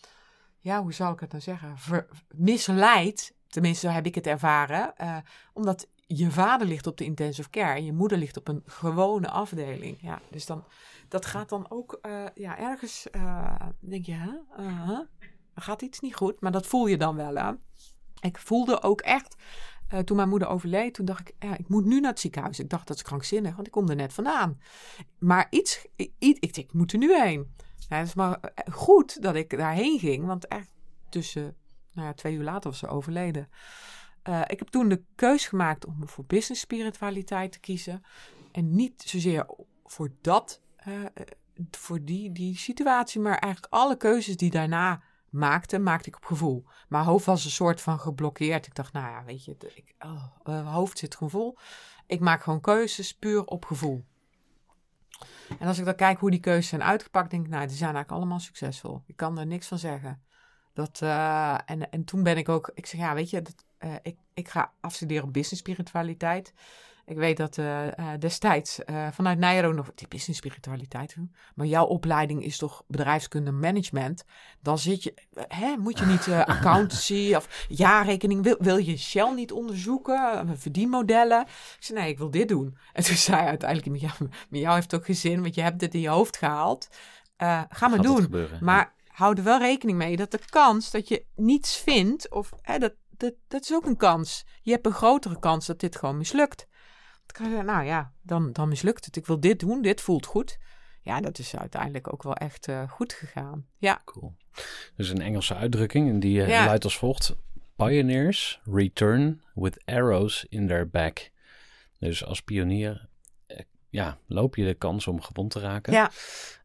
ja, hoe zal ik het nou zeggen, Ver, misleid. Tenminste, zo heb ik het ervaren. Uh, omdat je vader ligt op de intensive care en je moeder ligt op een gewone afdeling. Ja, dus dan, dat gaat dan ook uh, ja, ergens, uh, denk je, huh? Uh, huh? Er gaat iets niet goed, maar dat voel je dan wel. Hè? Ik voelde ook echt, uh, toen mijn moeder overleed, toen dacht ik, ja, ik moet nu naar het ziekenhuis. Ik dacht, dat is krankzinnig, want ik kom er net vandaan. Maar iets, iets ik, ik, ik moet er nu heen. Ja, het is maar goed dat ik daarheen ging, want echt tussen... Nou ja, twee uur later was ze overleden. Uh, ik heb toen de keus gemaakt om voor business spiritualiteit te kiezen. En niet zozeer voor dat, uh, voor die, die situatie, maar eigenlijk alle keuzes die daarna maakte, maakte ik op gevoel. Mijn hoofd was een soort van geblokkeerd. Ik dacht, nou ja, weet je, ik, oh, mijn hoofd zit gewoon vol. Ik maak gewoon keuzes puur op gevoel. En als ik dan kijk hoe die keuzes zijn uitgepakt, denk ik, nou, die zijn eigenlijk allemaal succesvol. Ik kan er niks van zeggen. Dat, uh, en, en toen ben ik ook, ik zeg ja, weet je, dat, uh, ik, ik ga afstuderen op business spiritualiteit. Ik weet dat uh, uh, destijds uh, vanuit Nijro nog die business spiritualiteit doen. Maar jouw opleiding is toch bedrijfskunde management. Dan zit je, hè, moet je niet uh, accountancy of jaarrekening. Wil, wil je Shell niet onderzoeken? Uh, verdienmodellen? Ik zei, nee, ik wil dit doen. En toen zei hij uiteindelijk, ja, met jou heeft het ook geen zin, want je hebt dit in je hoofd gehaald. Uh, ga maar Gaat doen. Maar hou er wel rekening mee dat de kans dat je niets vindt, of hè, dat, dat, dat is ook een kans. Je hebt een grotere kans dat dit gewoon mislukt. Nou ja, dan, dan mislukt het. Ik wil dit doen, dit voelt goed. Ja, dat is uiteindelijk ook wel echt uh, goed gegaan. Ja. Cool. Dus een Engelse uitdrukking en die uh, ja. luidt als volgt. Pioneers return with arrows in their back. Dus als pionier uh, ja, loop je de kans om gewond te raken. Ja.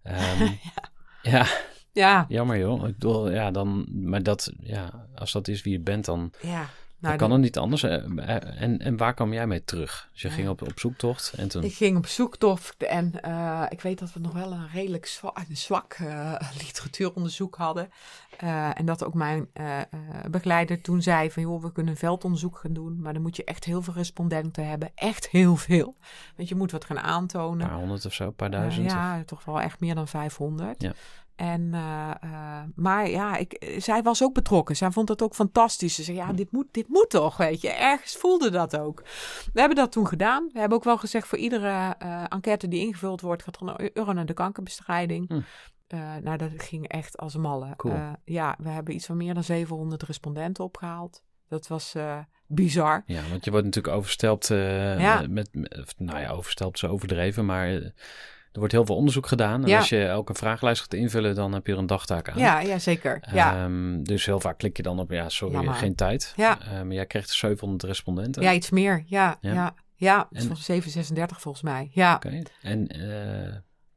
Um, ja. ja. Ja. Jammer joh. Ik bedoel, ja, dan, maar dat, ja, als dat is wie je bent, dan... Ja. Nou, dan kan het niet anders. En, en waar kwam jij mee terug? Dus je ja. ging op, op zoektocht en toen... Ik ging op zoektocht en uh, ik weet dat we nog wel een redelijk zwak, een zwak uh, literatuuronderzoek hadden. Uh, en dat ook mijn uh, uh, begeleider toen zei van, joh, we kunnen een veldonderzoek gaan doen, maar dan moet je echt heel veel respondenten hebben. Echt heel veel. Want je moet wat gaan aantonen. Een paar honderd of zo, een paar duizend? Uh, ja, of... toch wel echt meer dan vijfhonderd. Ja. En, uh, uh, maar ja, ik, zij was ook betrokken. Zij vond dat ook fantastisch. Ze zei, ja, dit moet, dit moet toch, weet je. Ergens voelde dat ook. We hebben dat toen gedaan. We hebben ook wel gezegd, voor iedere uh, enquête die ingevuld wordt, gaat er een euro naar de kankerbestrijding. Hm. Uh, nou, dat ging echt als een malle. Cool. Uh, ja, we hebben iets van meer dan zevenhonderd respondenten opgehaald. Dat was uh, bizar. Ja, want je wordt natuurlijk overstelpt uh, ja. met, met, nou ja, overstelpt is overdreven, maar... Uh, Er wordt heel veel onderzoek gedaan. En ja. als je elke vragenlijst gaat invullen, dan heb je er een dagtaak aan. Ja, ja zeker. Ja. Um, dus heel vaak klik je dan op, ja, sorry, Jammer. geen tijd. Ja. Uh, maar jij krijgt zevenhonderd respondenten. Ja, iets meer. Ja, ja. ja. ja het en, was zeven zesendertig volgens mij. Ja. Oké. Okay. En, uh,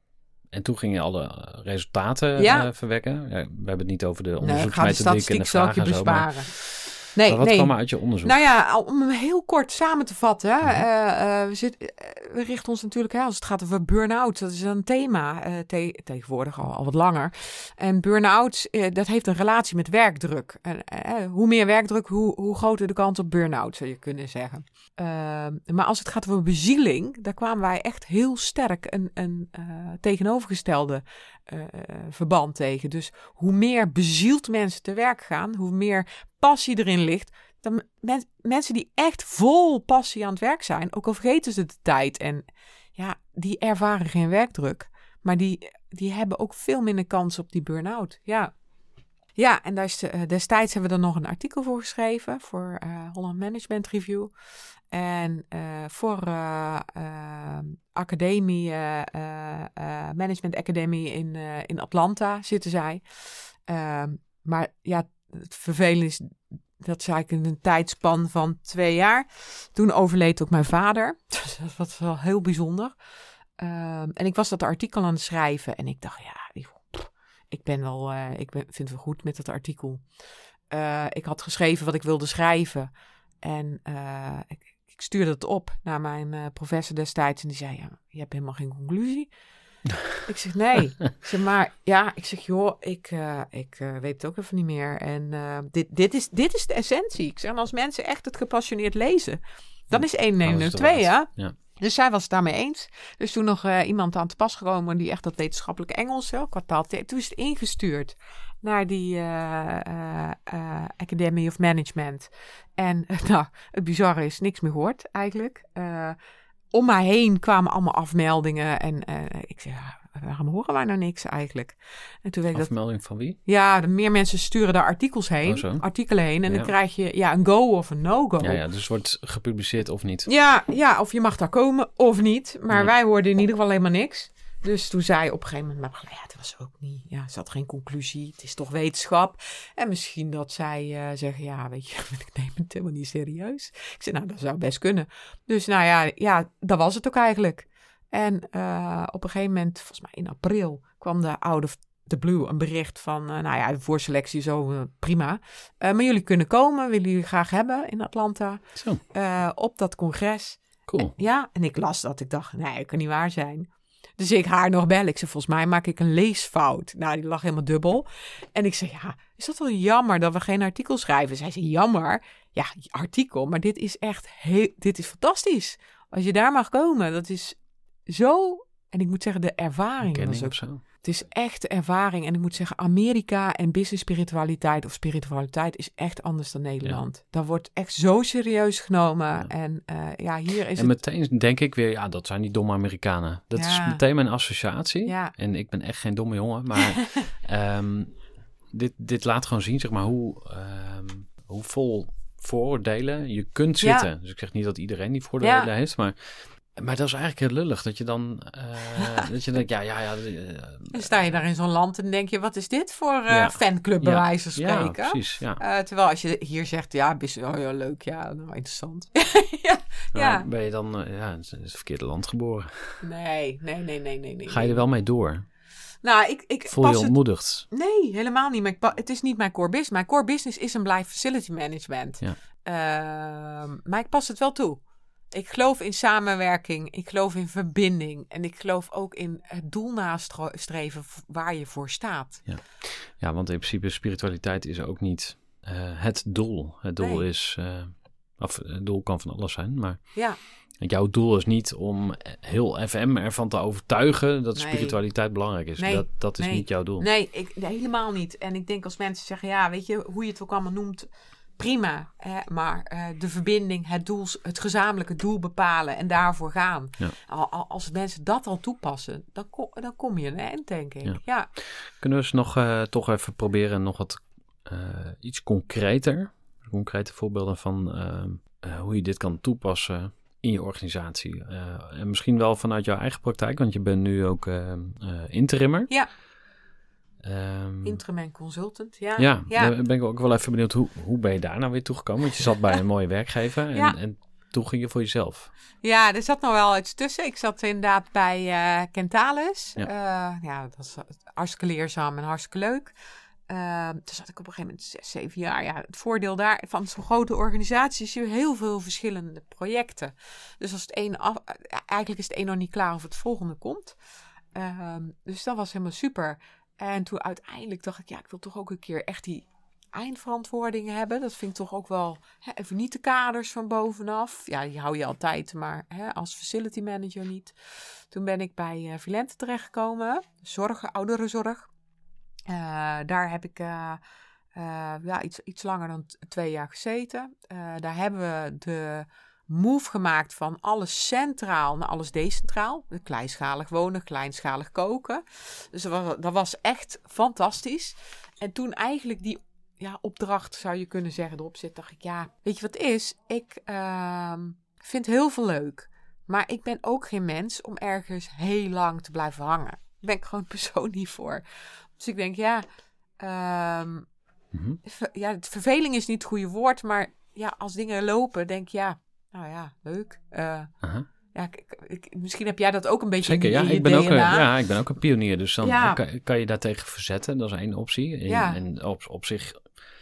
en toen ging je alle resultaten ja. uh, verwekken. Ja, we hebben het niet over de onderzoeksmethodiek nee, en de vragen en zo. Maar... Nee, maar wat nee. kwam er uit je onderzoek? Nou ja, om hem heel kort samen te vatten. Mm-hmm. Uh, uh, we, zit, uh, we richten ons natuurlijk, hè, als het gaat over burn-out, dat is een thema uh, te- tegenwoordig al, al wat langer. En burn-out, uh, dat heeft een relatie met werkdruk. Uh, uh, hoe meer werkdruk, hoe, hoe groter de kans op burn-out, zou je kunnen zeggen. Uh, maar als het gaat over bezieling, daar kwamen wij echt heel sterk een, een uh, tegenovergestelde uh, verband tegen. Dus hoe meer bezield mensen te werk gaan, hoe meer passie erin ligt, dan men, mensen die echt vol passie aan het werk zijn, ook al vergeten ze de tijd en ja, die ervaren geen werkdruk, maar die, die hebben ook veel minder kans op die burn-out. Ja, ja en daar is de, destijds hebben we er nog een artikel voor geschreven voor uh, Holland Management Review en uh, voor uh, uh, academie, uh, uh, uh, Management Academy in, uh, in Atlanta zitten zij. Uh, maar ja, het vervelende is, dat zei ik in een tijdspan van twee jaar. Toen overleed ook mijn vader. Dus dat was wel heel bijzonder. Um, en ik was dat artikel aan het schrijven. En ik dacht, ja, pff, ik ben wel, uh, ik ben, vind het wel goed met dat artikel. Uh, ik had geschreven wat ik wilde schrijven. En uh, ik, ik stuurde het op naar mijn uh, professor destijds. En die zei, ja, je hebt helemaal geen conclusie. Ik zeg, nee. Ik zeg, maar ja, ik zeg, joh, ik, uh, ik uh, weet het ook even niet meer. En uh, dit, dit, is, dit is de essentie. Ik zeg, en als mensen echt het gepassioneerd lezen, dan is één en één twee, ja. ja. Dus zij was het daarmee eens. Dus toen nog uh, iemand aan te pas gekomen die echt dat wetenschappelijke Engels, hè, kwartaal, toen is het ingestuurd naar die uh, uh, uh, Academy of Management. En uh, nou, het bizarre is, niks meer gehoord eigenlijk. Uh, Om mij heen kwamen allemaal afmeldingen. En uh, ik zei, ja, waarom horen wij nou niks eigenlijk? En toen weet ik Afmelding dat, van wie? Ja, de meer mensen sturen daar artikels heen. Oh, artikelen heen. En ja. dan krijg je ja, een go of een no-go. Ja, ja, dus het wordt gepubliceerd of niet. Ja, ja, of je mag daar komen of niet. Maar ja. wij hoorden in ieder geval helemaal niks. Dus toen zei op een gegeven moment, maar ja, het was ook niet, ja, er zat geen conclusie. Het is toch wetenschap. En misschien dat zij uh, zeggen, ja, weet je, ik neem het helemaal niet serieus. Ik zei, nou, dat zou best kunnen. Dus nou ja, ja, dat was het ook eigenlijk. En uh, op een gegeven moment, volgens mij in april, kwam de out of the blue een bericht van, uh, nou ja, de voorselectie zo, uh, prima. Uh, maar jullie kunnen komen, willen jullie graag hebben in Atlanta. Zo. Uh, op dat congres. Cool. En, ja, en ik las dat. Ik dacht, nee, dat kan niet waar zijn. Dus ik haar nog bellen. Ik zei, volgens mij maak ik een leesfout. Nou, die lag helemaal dubbel. En ik zei, ja, is dat wel jammer dat we geen artikel schrijven? Zij zei, jammer. Ja, artikel, maar dit is echt heel, dit is fantastisch. Als je daar mag komen, dat is zo... En ik moet zeggen, de ervaring... Kenning was ook, of zo. het is echt de ervaring. En ik moet zeggen, Amerika en business spiritualiteit... of spiritualiteit is echt anders dan Nederland. Ja. Dat wordt echt zo serieus genomen. Ja. En uh, ja, hier is En het... meteen denk ik weer, ja, dat zijn die domme Amerikanen. Dat ja. is meteen mijn associatie. Ja. En ik ben echt geen domme jongen. Maar um, dit, dit laat gewoon zien, zeg maar, hoe, um, hoe vol vooroordelen je kunt zitten. Ja. Dus ik zeg niet dat iedereen die vooroordelen ja. heeft, maar... Maar dat is eigenlijk heel lullig, dat je dan, uh, dat je denkt, ja, ja, ja. Uh, dan sta je daar in zo'n land en denk je, wat is dit voor uh, ja. fanclub bij ja. wijze van spreken? Ja, precies, ja. Uh, terwijl als je hier zegt, ja, best, oh ja, leuk, ja, nou, interessant. ja, nou, ja. Ben je dan, uh, ja, in het verkeerde land geboren? Nee, nee, nee, nee, nee. nee Ga je er wel mee door? Nou, ik, ik Voel je je ontmoedigd? Het... Nee, helemaal niet. Maar ik, het is niet mijn core business. Mijn core business is en blijft facility management. Ja. Uh, maar ik pas het wel toe. Ik geloof in samenwerking, ik geloof in verbinding en ik geloof ook in het doel nastreven waar je voor staat. Ja, ja, want in principe spiritualiteit is ook niet uh, het doel. Het doel nee. is, uh, of het doel kan van alles zijn, maar ja. jouw doel is niet om heel F M ervan te overtuigen dat nee. spiritualiteit belangrijk is. Nee. Dat, dat is nee. niet jouw doel. Nee, ik, nee, helemaal niet. En ik denk als mensen zeggen, ja, weet je, hoe je het ook allemaal noemt... Prima, hè, maar uh, de verbinding, het doel, het gezamenlijke doel bepalen en daarvoor gaan. Ja. Al, al, als mensen dat al toepassen, dan, kom, dan kom je een eind, denk ik. Ja. Ja. Kunnen we eens nog uh, toch even proberen nog wat uh, iets concreter, concrete voorbeelden van uh, uh, hoe je dit kan toepassen in je organisatie. Uh, en misschien wel vanuit jouw eigen praktijk, want je bent nu ook uh, uh, interimmer. Ja. Um, Interim en consultant, ja. Ja, ja. Dan ben ik ook wel even benieuwd, hoe, hoe ben je daar nou weer toegekomen? Want je zat bij een mooie werkgever en, ja. en toen ging je voor jezelf. Ja, er zat nog wel iets tussen. Ik zat inderdaad bij uh, Kentalis. Ja. Uh, ja, dat was hartstikke leerzaam en hartstikke leuk. Uh, toen zat ik op een gegeven moment zes, zeven jaar. Ja, het voordeel daar van zo'n grote organisatie is je heel veel verschillende projecten. Dus als het een af, eigenlijk is het een nog niet klaar of het volgende komt. Uh, dus dat was helemaal super. En toen uiteindelijk dacht ik, ja, ik wil toch ook een keer echt die eindverantwoording hebben. Dat vind ik toch ook wel, hè, even niet de kaders van bovenaf. Ja, die hou je altijd, maar hè, als facility manager niet. Toen ben ik bij uh, Vilente terechtgekomen, zorg, ouderenzorg. Uh, daar heb ik uh, uh, ja, iets, iets langer dan t- twee jaar gezeten. Uh, daar hebben we de move gemaakt van alles centraal naar alles decentraal. Kleinschalig wonen, kleinschalig koken. Dus dat was, dat was echt fantastisch. En toen eigenlijk die ja, opdracht, zou je kunnen zeggen, erop zit, dacht ik, ja, weet je wat het is? Ik uh, vind heel veel leuk. Maar ik ben ook geen mens om ergens heel lang te blijven hangen. Daar ben ik gewoon persoon niet voor. Dus ik denk, ja, um, mm-hmm. ver, ja, verveling is niet het goede woord, maar ja, als dingen lopen, denk ik, ja, nou ja, leuk. Uh, uh-huh. Ja, ik, ik, misschien heb jij dat ook een beetje Zeker, in, ja, in je ik ben D N A. ook een, ja, ik ben ook een pionier. Dus dan ja. kan, kan je daartegen verzetten. Dat is één optie. En, ja. en op, op zich,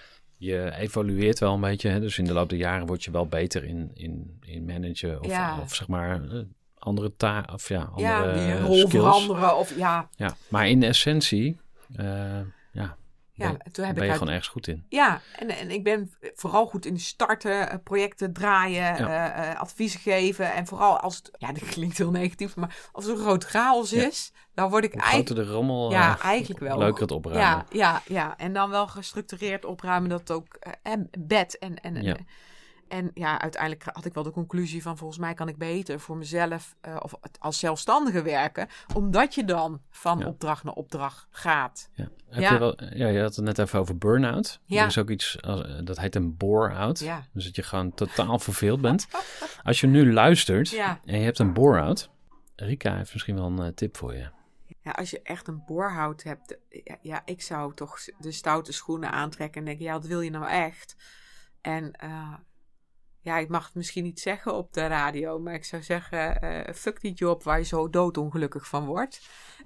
je evalueert wel een beetje. Hè? Dus in de loop der jaren word je wel beter in, in, in managen. Of, ja. of zeg maar uh, andere taken. Of ja, andere ja, die uh, rol skills. veranderen. Of, ja. ja, maar in essentie... Uh, ja, Ja, ben, toen heb ben ik je uit... gewoon ergens goed in. Ja, en, en ik ben vooral goed in starten, projecten draaien, ja. uh, uh, adviezen geven. En vooral als het, ja, dat klinkt heel negatief, maar als er een groot chaos is, ja. dan word ik eigenlijk... Groter de rommel, ja, uh, eigenlijk wel. Leuker het opruimen. Ja, ja, ja, en dan wel gestructureerd opruimen, dat ook uh, bed en... en ja. En ja, uiteindelijk had ik wel de conclusie van, volgens mij kan ik beter voor mezelf uh, of als zelfstandige werken, omdat je dan van ja. opdracht naar opdracht gaat. Ja. Heb ja. Je wel, ja, je had het net even over burn-out. Ja. Er is ook iets, uh, dat heet een bore-out. Ja. Dus dat je gewoon totaal verveeld bent. Als je nu luistert ja. en je hebt een bore-out, Rika heeft misschien wel een uh, tip voor je. Ja, als je echt een bore-out hebt, ja, ja, ik zou toch de stoute schoenen aantrekken en denken, ja, wat wil je nou echt? En... Uh, Ja, ik mag het misschien niet zeggen op de radio, maar ik zou zeggen, uh, fuck die job waar je zo doodongelukkig van wordt.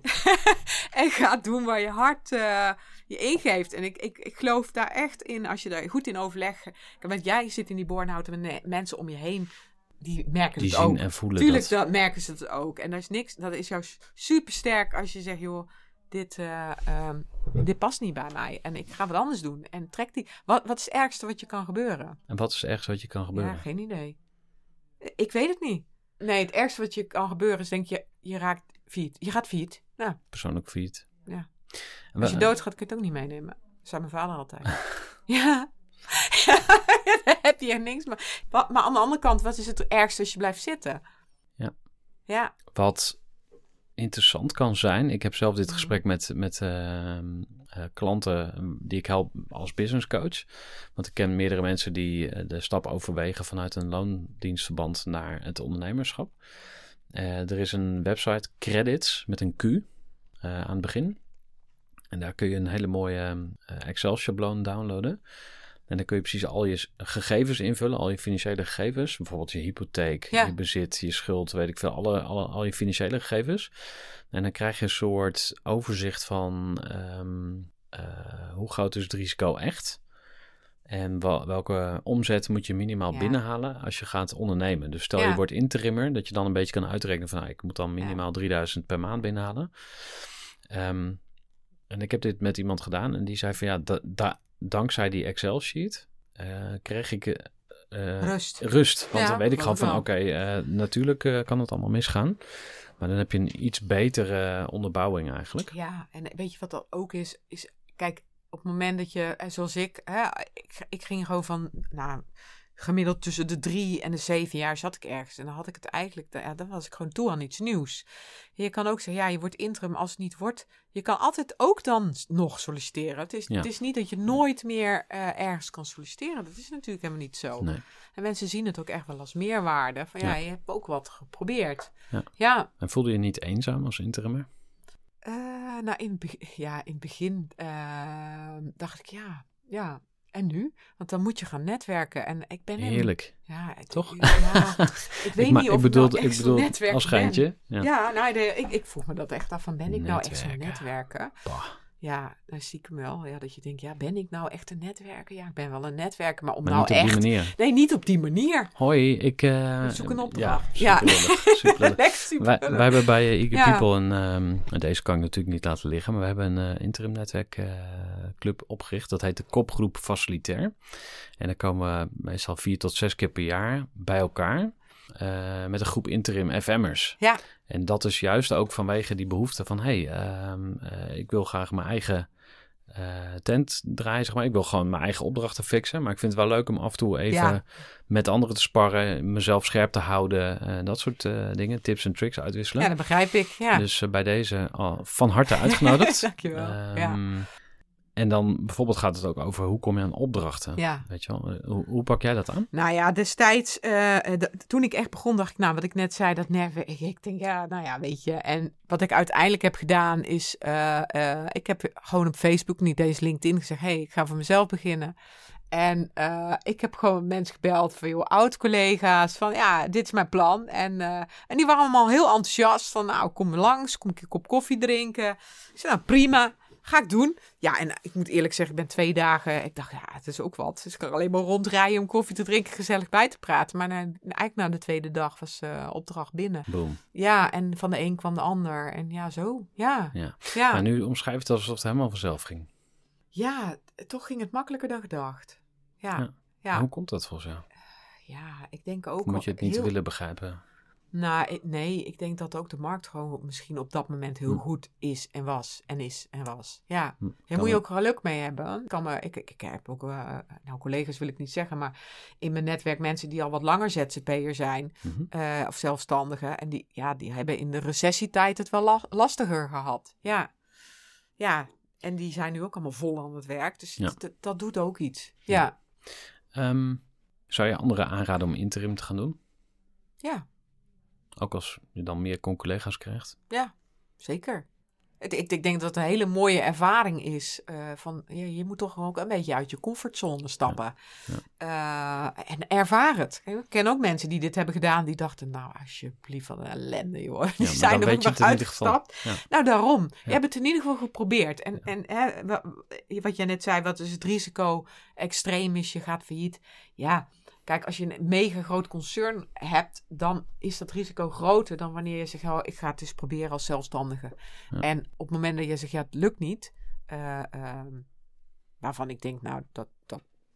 En ga doen waar je hart uh, je ingeeft. En ik, ik, ik geloof daar echt in, als je daar goed in overlegt. Want jij zit in die burn-out en met mensen om je heen, die merken die het ook. Die zien en voelen Tuurlijk, dat. dat merken ze het ook. En dat is niks, dat is juist super sterk als je zegt, joh, dit, uh, um, dit past niet bij mij. En ik ga wat anders doen. En trek die... Wat, wat is het ergste wat je kan gebeuren? En wat is het ergste wat je kan gebeuren? Ja, geen idee. Ik weet het niet. Nee, het ergste wat je kan gebeuren is denk je, je raakt failliet. Je gaat failliet. Nou, Persoonlijk failliet. ja. En Als je we- doodgaat, kun je het ook niet meenemen. Dat zei mijn vader altijd. Ja. Dan heb je er niks meer. Wa- Maar aan de andere kant, wat is het ergste als je blijft zitten? Ja. Ja. Wat interessant kan zijn. Ik heb zelf dit Mhm. gesprek met, met uh, uh, klanten die ik help als business coach. Want ik ken meerdere mensen die uh, de stap overwegen vanuit een loondienstverband naar het ondernemerschap. Uh, er is een website, Credits, met een Q uh, aan het begin. En daar kun je een hele mooie uh, Excel-schabloon downloaden. En dan kun je precies al je gegevens invullen, al je financiële gegevens. Bijvoorbeeld je hypotheek, Ja. je bezit, je schuld, weet ik veel, alle, alle, al je financiële gegevens. En dan krijg je een soort overzicht van um, uh, hoe groot is het risico echt. En wel, welke omzet moet je minimaal Ja. binnenhalen als je gaat ondernemen. Dus stel Ja. je wordt interimmer, dat je dan een beetje kan uitrekenen van... Nou, ik moet dan minimaal ja. drieduizend per maand binnenhalen. Um, en ik heb dit met iemand gedaan en die zei van ja, da, da, dankzij die Excel-sheet uh, kreeg ik uh, rust. rust. Want Ja, dan weet ik gewoon van oké, okay, uh, natuurlijk uh, kan het allemaal misgaan. Maar dan heb je een iets betere onderbouwing eigenlijk. Ja, en weet je wat dat ook is? is kijk, op het moment dat je, zoals ik, hè, ik, ik ging gewoon van, nou, gemiddeld tussen de drie en de zeven jaar zat ik ergens. En dan had ik het eigenlijk, ja, dan was ik gewoon toe aan iets nieuws. Je kan ook zeggen, ja, je wordt interim als het niet wordt. Je kan altijd ook dan nog solliciteren. Het is, ja. het is niet dat je nooit meer uh, ergens kan solliciteren. Dat is natuurlijk helemaal niet zo. Nee. En mensen zien het ook echt wel als meerwaarde. Van ja, ja je hebt ook wat geprobeerd. Ja. ja. En voelde je je niet eenzaam als interimmer? Uh, nou, in, be- ja, in het begin uh, dacht ik, ja, ja, en nu? Want dan moet je gaan netwerken. En ik ben Heerlijk. Ja, het, toch? Ja, ik weet ik ma- niet of ik bedoel, ik nou echt ik bedoel zo'n netwerker als schijntje. ben. Ja, ja nou, de, ik, ik vroeg me dat echt af van, ben ik netwerken. nou echt zo'n netwerker? Bah. Ja, dan zie ik hem wel. Ja, dat je denkt, ja, ben ik nou echt een netwerker? Ja, ik ben wel een netwerker, maar om maar nou niet op echt... die manier. Nee, niet op die manier. Hoi, ik... Uh, ik zoek een opdracht. Ja, superlullig. Ja. superlullig. super wij, wij hebben bij uh, Eager ja. People een... Um, deze kan ik natuurlijk niet laten liggen, maar we hebben een uh, interim netwerk uh, club opgericht. Dat heet de Kopgroep Facilitair. En dan komen we meestal vier tot zes keer per jaar bij elkaar. Uh, met een groep interim F M'ers. Ja. En dat is juist ook vanwege die behoefte van... hé, hey, um, uh, ik wil graag mijn eigen uh, tent draaien, zeg maar. Ik wil gewoon mijn eigen opdrachten fixen. Maar ik vind het wel leuk om af en toe even ja. met anderen te sparren... mezelf scherp te houden. Uh, dat soort uh, dingen, tips en tricks uitwisselen. Ja, dat begrijp ik, ja. Dus uh, bij deze oh, van harte uitgenodigd. Dankjewel, um, ja. En dan bijvoorbeeld gaat het ook over hoe kom je aan opdrachten. Ja. Weet je wel, hoe, hoe pak jij dat aan? Nou ja, destijds, uh, d- toen ik echt begon, dacht ik, nou, wat ik net zei, dat netwerk. Ik, ik denk, ja, nou ja, weet je. En wat ik uiteindelijk heb gedaan is, uh, uh, ik heb gewoon op Facebook, niet deze LinkedIn, gezegd, hé, hey, ik ga voor mezelf beginnen. En uh, ik heb gewoon mensen gebeld van, joh, oud-collega's, van, ja, dit is mijn plan. En, uh, en die waren allemaal heel enthousiast van, nou, kom langs, kom ik een kop koffie drinken. Ik zei, nou, prima. Ga ik doen. Ja, en ik moet eerlijk zeggen, ik ben twee dagen... Ik dacht, ja, het is ook wat. Dus ik kan alleen maar rondrijden om koffie te drinken, gezellig bij te praten. Maar na, eigenlijk na de tweede dag was uh, opdracht binnen. Boom. Ja, en van de een kwam de ander. En ja, zo. Ja. ja. ja. Maar nu omschrijf het alsof het helemaal vanzelf ging. Ja, toch ging het makkelijker dan gedacht. Ja. ja. ja. Hoe komt dat volgens jou? Ja, ik denk ook... Moet je het niet heel... willen begrijpen? Nou, ik, nee, ik denk dat ook de markt gewoon misschien op dat moment heel hm. goed is en was. En is en was. Ja, hm. daar moet je ook geluk mee hebben. Kan me, ik, ik, ik heb ook, uh, nou collega's wil ik niet zeggen, maar in mijn netwerk mensen die al wat langer Z Z P'er zijn. Mm-hmm. Uh, of zelfstandigen. En die, ja, die hebben in de recessietijd het wel la- lastiger gehad. Ja, ja. En die zijn nu ook allemaal vol aan het werk. Dus ja. d- d- dat doet ook iets. Ja. ja. Um, zou je anderen aanraden om interim te gaan doen? Ja. Ook als je dan meer collega's krijgt? Ja, zeker. Ik, ik, ik denk dat het een hele mooie ervaring is. Uh, van, je, je moet toch ook een beetje uit je comfortzone stappen. Ja. Ja. Uh, en ervaar het. Ik ken ook mensen die dit hebben gedaan. Die dachten, nou alsjeblieft, wat een ellende joh. Die ja, zijn er ook nog uitgestapt. Ja. Nou daarom. Ja. Je hebt het in ieder geval geprobeerd. En, ja. en hè, wat jij net zei, wat is het risico extreem is, je gaat failliet. Ja. Kijk, als je een mega groot concern hebt, dan is dat risico groter dan wanneer je zegt, oh, ik ga het eens proberen als zelfstandige. Ja. En op het moment dat je zegt, ja, het lukt niet, uh, uh, waarvan ik denk, nou, dat, dat, nou,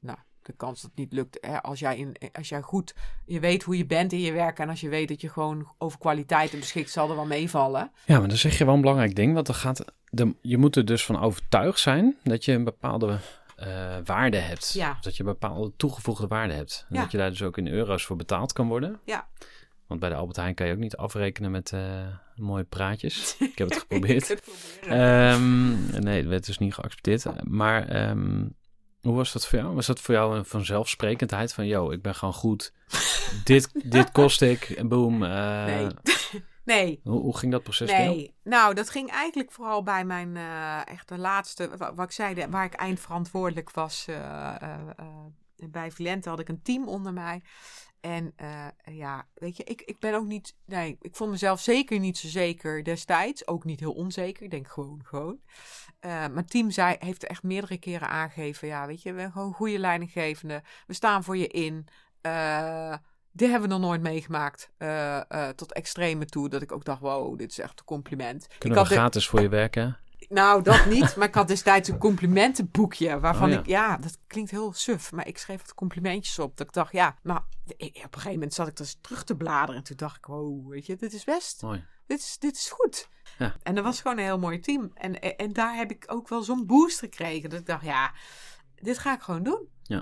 de kans dat het niet lukt. Hè, als, jij in, als jij goed, je weet hoe je bent in je werk en als je weet dat je gewoon over kwaliteiten beschikt, zal er wel meevallen. Ja, maar dan zeg je wel een belangrijk ding, want dan gaat de, je moet er dus van overtuigd zijn dat je een bepaalde uh, waarde hebt. Ja. Dat je een bepaalde toegevoegde waarde hebt. En Ja. dat je daar dus ook in euro's voor betaald kan worden. Ja. Want bij de Albert Heijn kan je ook niet afrekenen met uh, mooie praatjes. Ik heb het geprobeerd. Ik het um, nee, het werd dus niet geaccepteerd. Maar um, hoe was dat voor jou? Was dat voor jou een vanzelfsprekendheid van, yo, ik ben gewoon goed. dit, dit kost ik en boom. Uh, nee. nee. Hoe, hoe ging dat proces nee. bij jou? Nou, dat ging eigenlijk vooral bij mijn uh, echt de laatste, wat, wat ik zei, waar ik eindverantwoordelijk was. Uh, uh, uh, bij Vilente had ik een team onder mij. En uh, ja, weet je, ik, ik ben ook niet, nee, ik vond mezelf zeker niet zo zeker destijds. Ook niet heel onzeker, ik denk gewoon, gewoon. Uh, mijn team zei, heeft er echt meerdere keren aangegeven, ja, weet je, we zijn gewoon goede leidinggevende. We staan voor je in. Uh, dit hebben we nog nooit meegemaakt, uh, uh, tot extreme toe, dat ik ook dacht, wow, dit is echt een compliment. Kunnen ik we gratis de... voor je werken? Nou, dat niet. Maar ik had destijds een complimentenboekje. Waarvan oh, ja. ik, ja, dat klinkt heel suf. Maar ik schreef wat complimentjes op. Dat ik dacht, ja, maar op een gegeven moment zat ik dus terug te bladeren. En toen dacht ik, oh, weet je, dit is best. Mooi. Dit is, dit is goed. Ja. En dat was gewoon een heel mooi team. En, en daar heb ik ook wel zo'n boost gekregen. Dat ik dacht, ja, dit ga ik gewoon doen. Ja.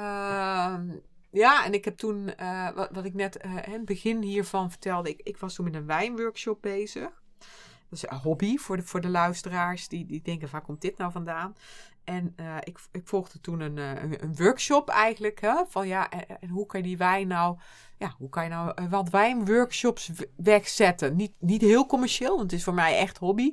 Uh, ja, en ik heb toen, uh, wat, wat ik net uh, in het begin hiervan vertelde. Ik, ik was toen met een wijnworkshop bezig. Dat is een hobby voor de, voor de luisteraars. Die, die denken, waar komt dit nou vandaan? En uh, ik, ik volgde toen een, een, een workshop eigenlijk. Hè, van ja, en, en hoe kan je die wijn nou... Ja, hoe kan je nou uh, wat wijnworkshops wegzetten? Niet, niet heel commercieel, want het is voor mij echt hobby.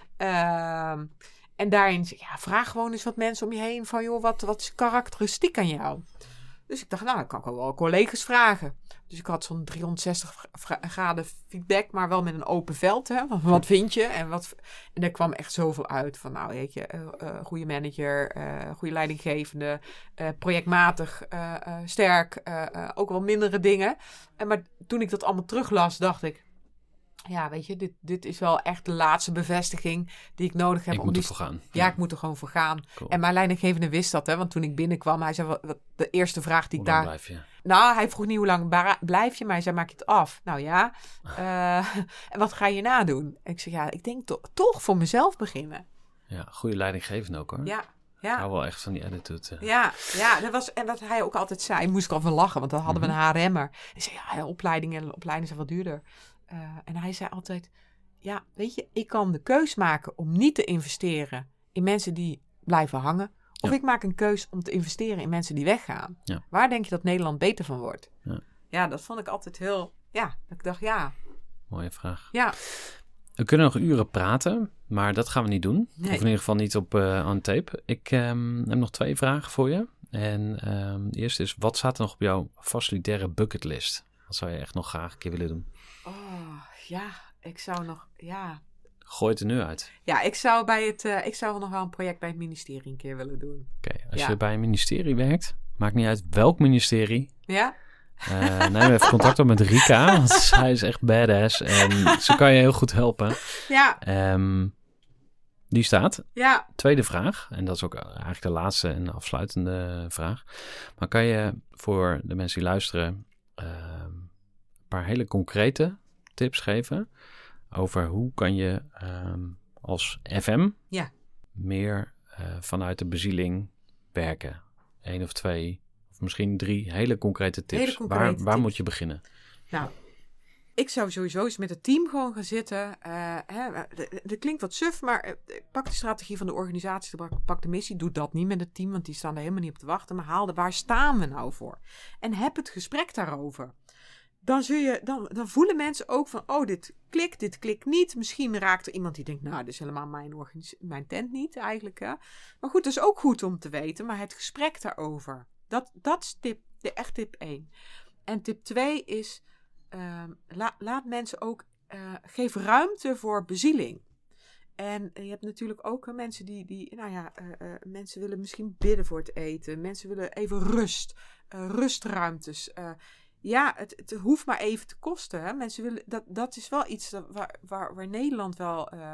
Uh, en daarin, ja, vraag gewoon eens wat mensen om je heen. Van joh, wat, wat is karakteristiek aan jou? Dus ik dacht, nou, ik kan ook wel collega's vragen. Dus ik had zo'n driehonderdzestig graden feedback, maar wel met een open veld. Hè? Wat vind je? En, wat, en er kwam echt zoveel uit van, nou, weet je, uh, uh, goede manager, uh, goede leidinggevende, uh, projectmatig, uh, uh, sterk, uh, uh, ook wel mindere dingen. En maar toen ik dat allemaal teruglas, dacht ik, ja, weet je, dit, dit is wel echt de laatste bevestiging die ik nodig heb. Ik om moet die... er voor gaan. Ja, ja, ik moet er gewoon voor gaan. Cool. En mijn leidinggevende wist dat, hè. Want toen ik binnenkwam, hij zei, wat, wat, de eerste vraag die hoe ik daar... blijf je? Nou, hij vroeg niet hoe lang blijf je, maar hij zei, maak je het af? Nou ja. Uh, en wat ga je nadoen? Ik zei, ja, ik denk to- toch voor mezelf beginnen. Ja, goede leidinggevende ook, hoor. Ja. Ja. Ik hou wel echt van die attitude. Uh. Ja, ja, dat was, en wat hij ook altijd zei, moest ik al van lachen, want dan hadden mm-hmm. we een H R M'er. Hij zei, ja, opleidingen, opleidingen zijn wat duurder. Uh, en hij zei altijd, ja, weet je, ik kan de keus maken om niet te investeren in mensen die blijven hangen. Of ja. ik maak een keus om te investeren in mensen die weggaan. Ja. Waar denk je dat Nederland beter van wordt? Ja. ja, dat vond ik altijd heel, ja, dat ik dacht, ja. Mooie vraag. Ja. We kunnen nog uren praten, maar dat gaan we niet doen. Nee. Of in ieder geval niet op uh, on tape. Ik um, heb nog twee vragen voor je. En um, de eerste is, wat staat er nog op jouw facilitaire bucketlist? Wat zou je echt nog graag een keer willen doen? Oh, ja, ik zou nog, ja... Gooi het er nu uit. Ja, ik zou, bij het, uh, ik zou nog wel een project bij het ministerie een keer willen doen. Oké, okay, als ja. je bij een ministerie werkt, maakt niet uit welk ministerie. Ja? Uh, neem even contact op met Rika, want zij is echt badass en ze kan je heel goed helpen. Ja. Um, die staat. Ja. Tweede vraag, en dat is ook eigenlijk de laatste en afsluitende vraag. Maar kan je voor de mensen die luisteren uh, een paar hele concrete tips geven over hoe kan je um, als F M ja. meer uh, vanuit de bezieling werken? Eén of twee, of misschien drie hele concrete tips. Hele concrete waar waar tips. moet je beginnen? Nou, ik zou sowieso eens met het team gewoon gaan zitten. Uh, hè, dat klinkt wat suf, maar uh, pak de strategie van de organisatie, pak de missie. Doe dat niet met het team, want die staan er helemaal niet op te wachten. Maar haal de, waar staan we nou voor? En heb het gesprek daarover. Dan, zul je, dan, dan voelen mensen ook van, oh, dit klikt, dit klikt niet. Misschien raakt er iemand die denkt, nou, dit is helemaal mijn, organis- mijn tent niet eigenlijk. Hè? Maar goed, dat is ook goed om te weten. Maar het gesprek daarover, dat, dat is tip, de, echt tip één. En tip twee is, uh, la, laat mensen ook, uh, geef ruimte voor bezieling. En je hebt natuurlijk ook uh, mensen die, die nou ja, uh, uh, mensen willen misschien bidden voor het eten. Mensen willen even rust, uh, rustruimtes. Uh, ja, het, het hoeft maar even te kosten. Hè? Mensen willen, dat, dat is wel iets dat, waar, waar, waar Nederland wel uh,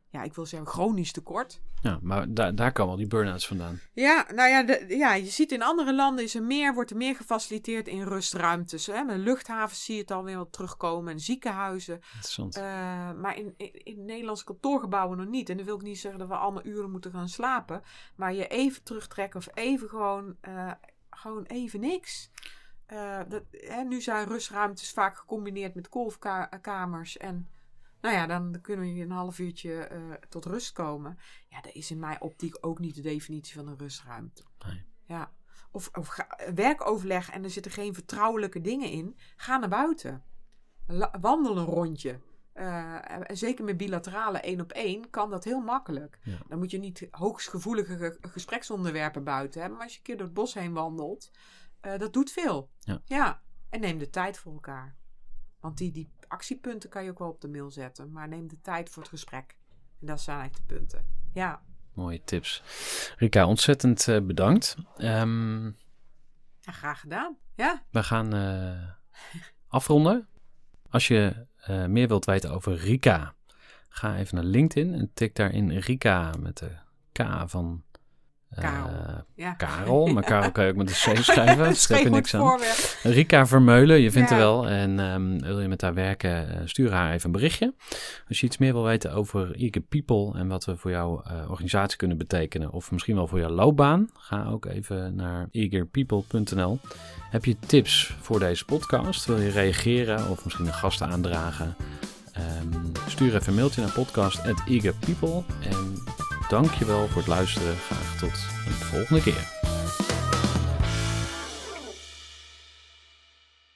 ja, ik wil zeggen chronisch tekort. Ja, maar da- daar komen al die burn-outs vandaan. Ja, nou ja, de, ja, je ziet in andere landen is er meer, wordt er meer gefaciliteerd in rustruimtes. Hè? Met luchthavens zie je het alweer wat terugkomen en ziekenhuizen. Interessant. Uh, maar in, in, in Nederlandse kantoorgebouwen nog niet. En dan wil ik niet zeggen dat we allemaal uren moeten gaan slapen. Maar je even terugtrekken of even gewoon, uh, gewoon even niks. Uh, dat, hè, nu zijn rustruimtes vaak gecombineerd met kolfkamers en... Nou ja, dan kunnen we een half uurtje uh, tot rust komen. Ja, dat is in mijn optiek ook niet de definitie van een rustruimte. Nee. Ja. Of, of ga, werkoverleg en er zitten geen vertrouwelijke dingen in. Ga naar buiten. La, wandel een rondje. Uh, zeker met bilaterale één op één kan dat heel makkelijk. Ja. Dan moet je niet hoogstgevoelige ge- gespreksonderwerpen buiten hebben. Maar als je een keer door het bos heen wandelt, uh, dat doet veel. Ja. Ja. En neem de tijd voor elkaar. Want die, die actiepunten kan je ook wel op de mail zetten. Maar neem de tijd voor het gesprek. En dat zijn eigenlijk de punten. Ja. Mooie tips. Rika, ontzettend uh, bedankt. Um, ja, graag gedaan. Ja. We gaan uh, afronden. Als je uh, meer wilt weten over Rika, ga even naar LinkedIn en tik daarin Rika met de K van... Uh, Karel. Ja. Karel, maar Karel kan je ook met een C schrijven. Ja, Daar heb je niks aan. Voorwerp. Rika Vermeulen, je vindt ja. er wel. En um, wil je met haar werken, stuur haar even een berichtje. Als je iets meer wil weten over Eager People en wat we voor jouw uh, organisatie kunnen betekenen, of misschien wel voor jouw loopbaan, ga ook even naar eager people punt n l. Heb je tips voor deze podcast? Wil je reageren of misschien een gast aandragen? Um, stuur even een mailtje naar podcast at eager people. En dankjewel voor het luisteren. Graag tot een volgende keer.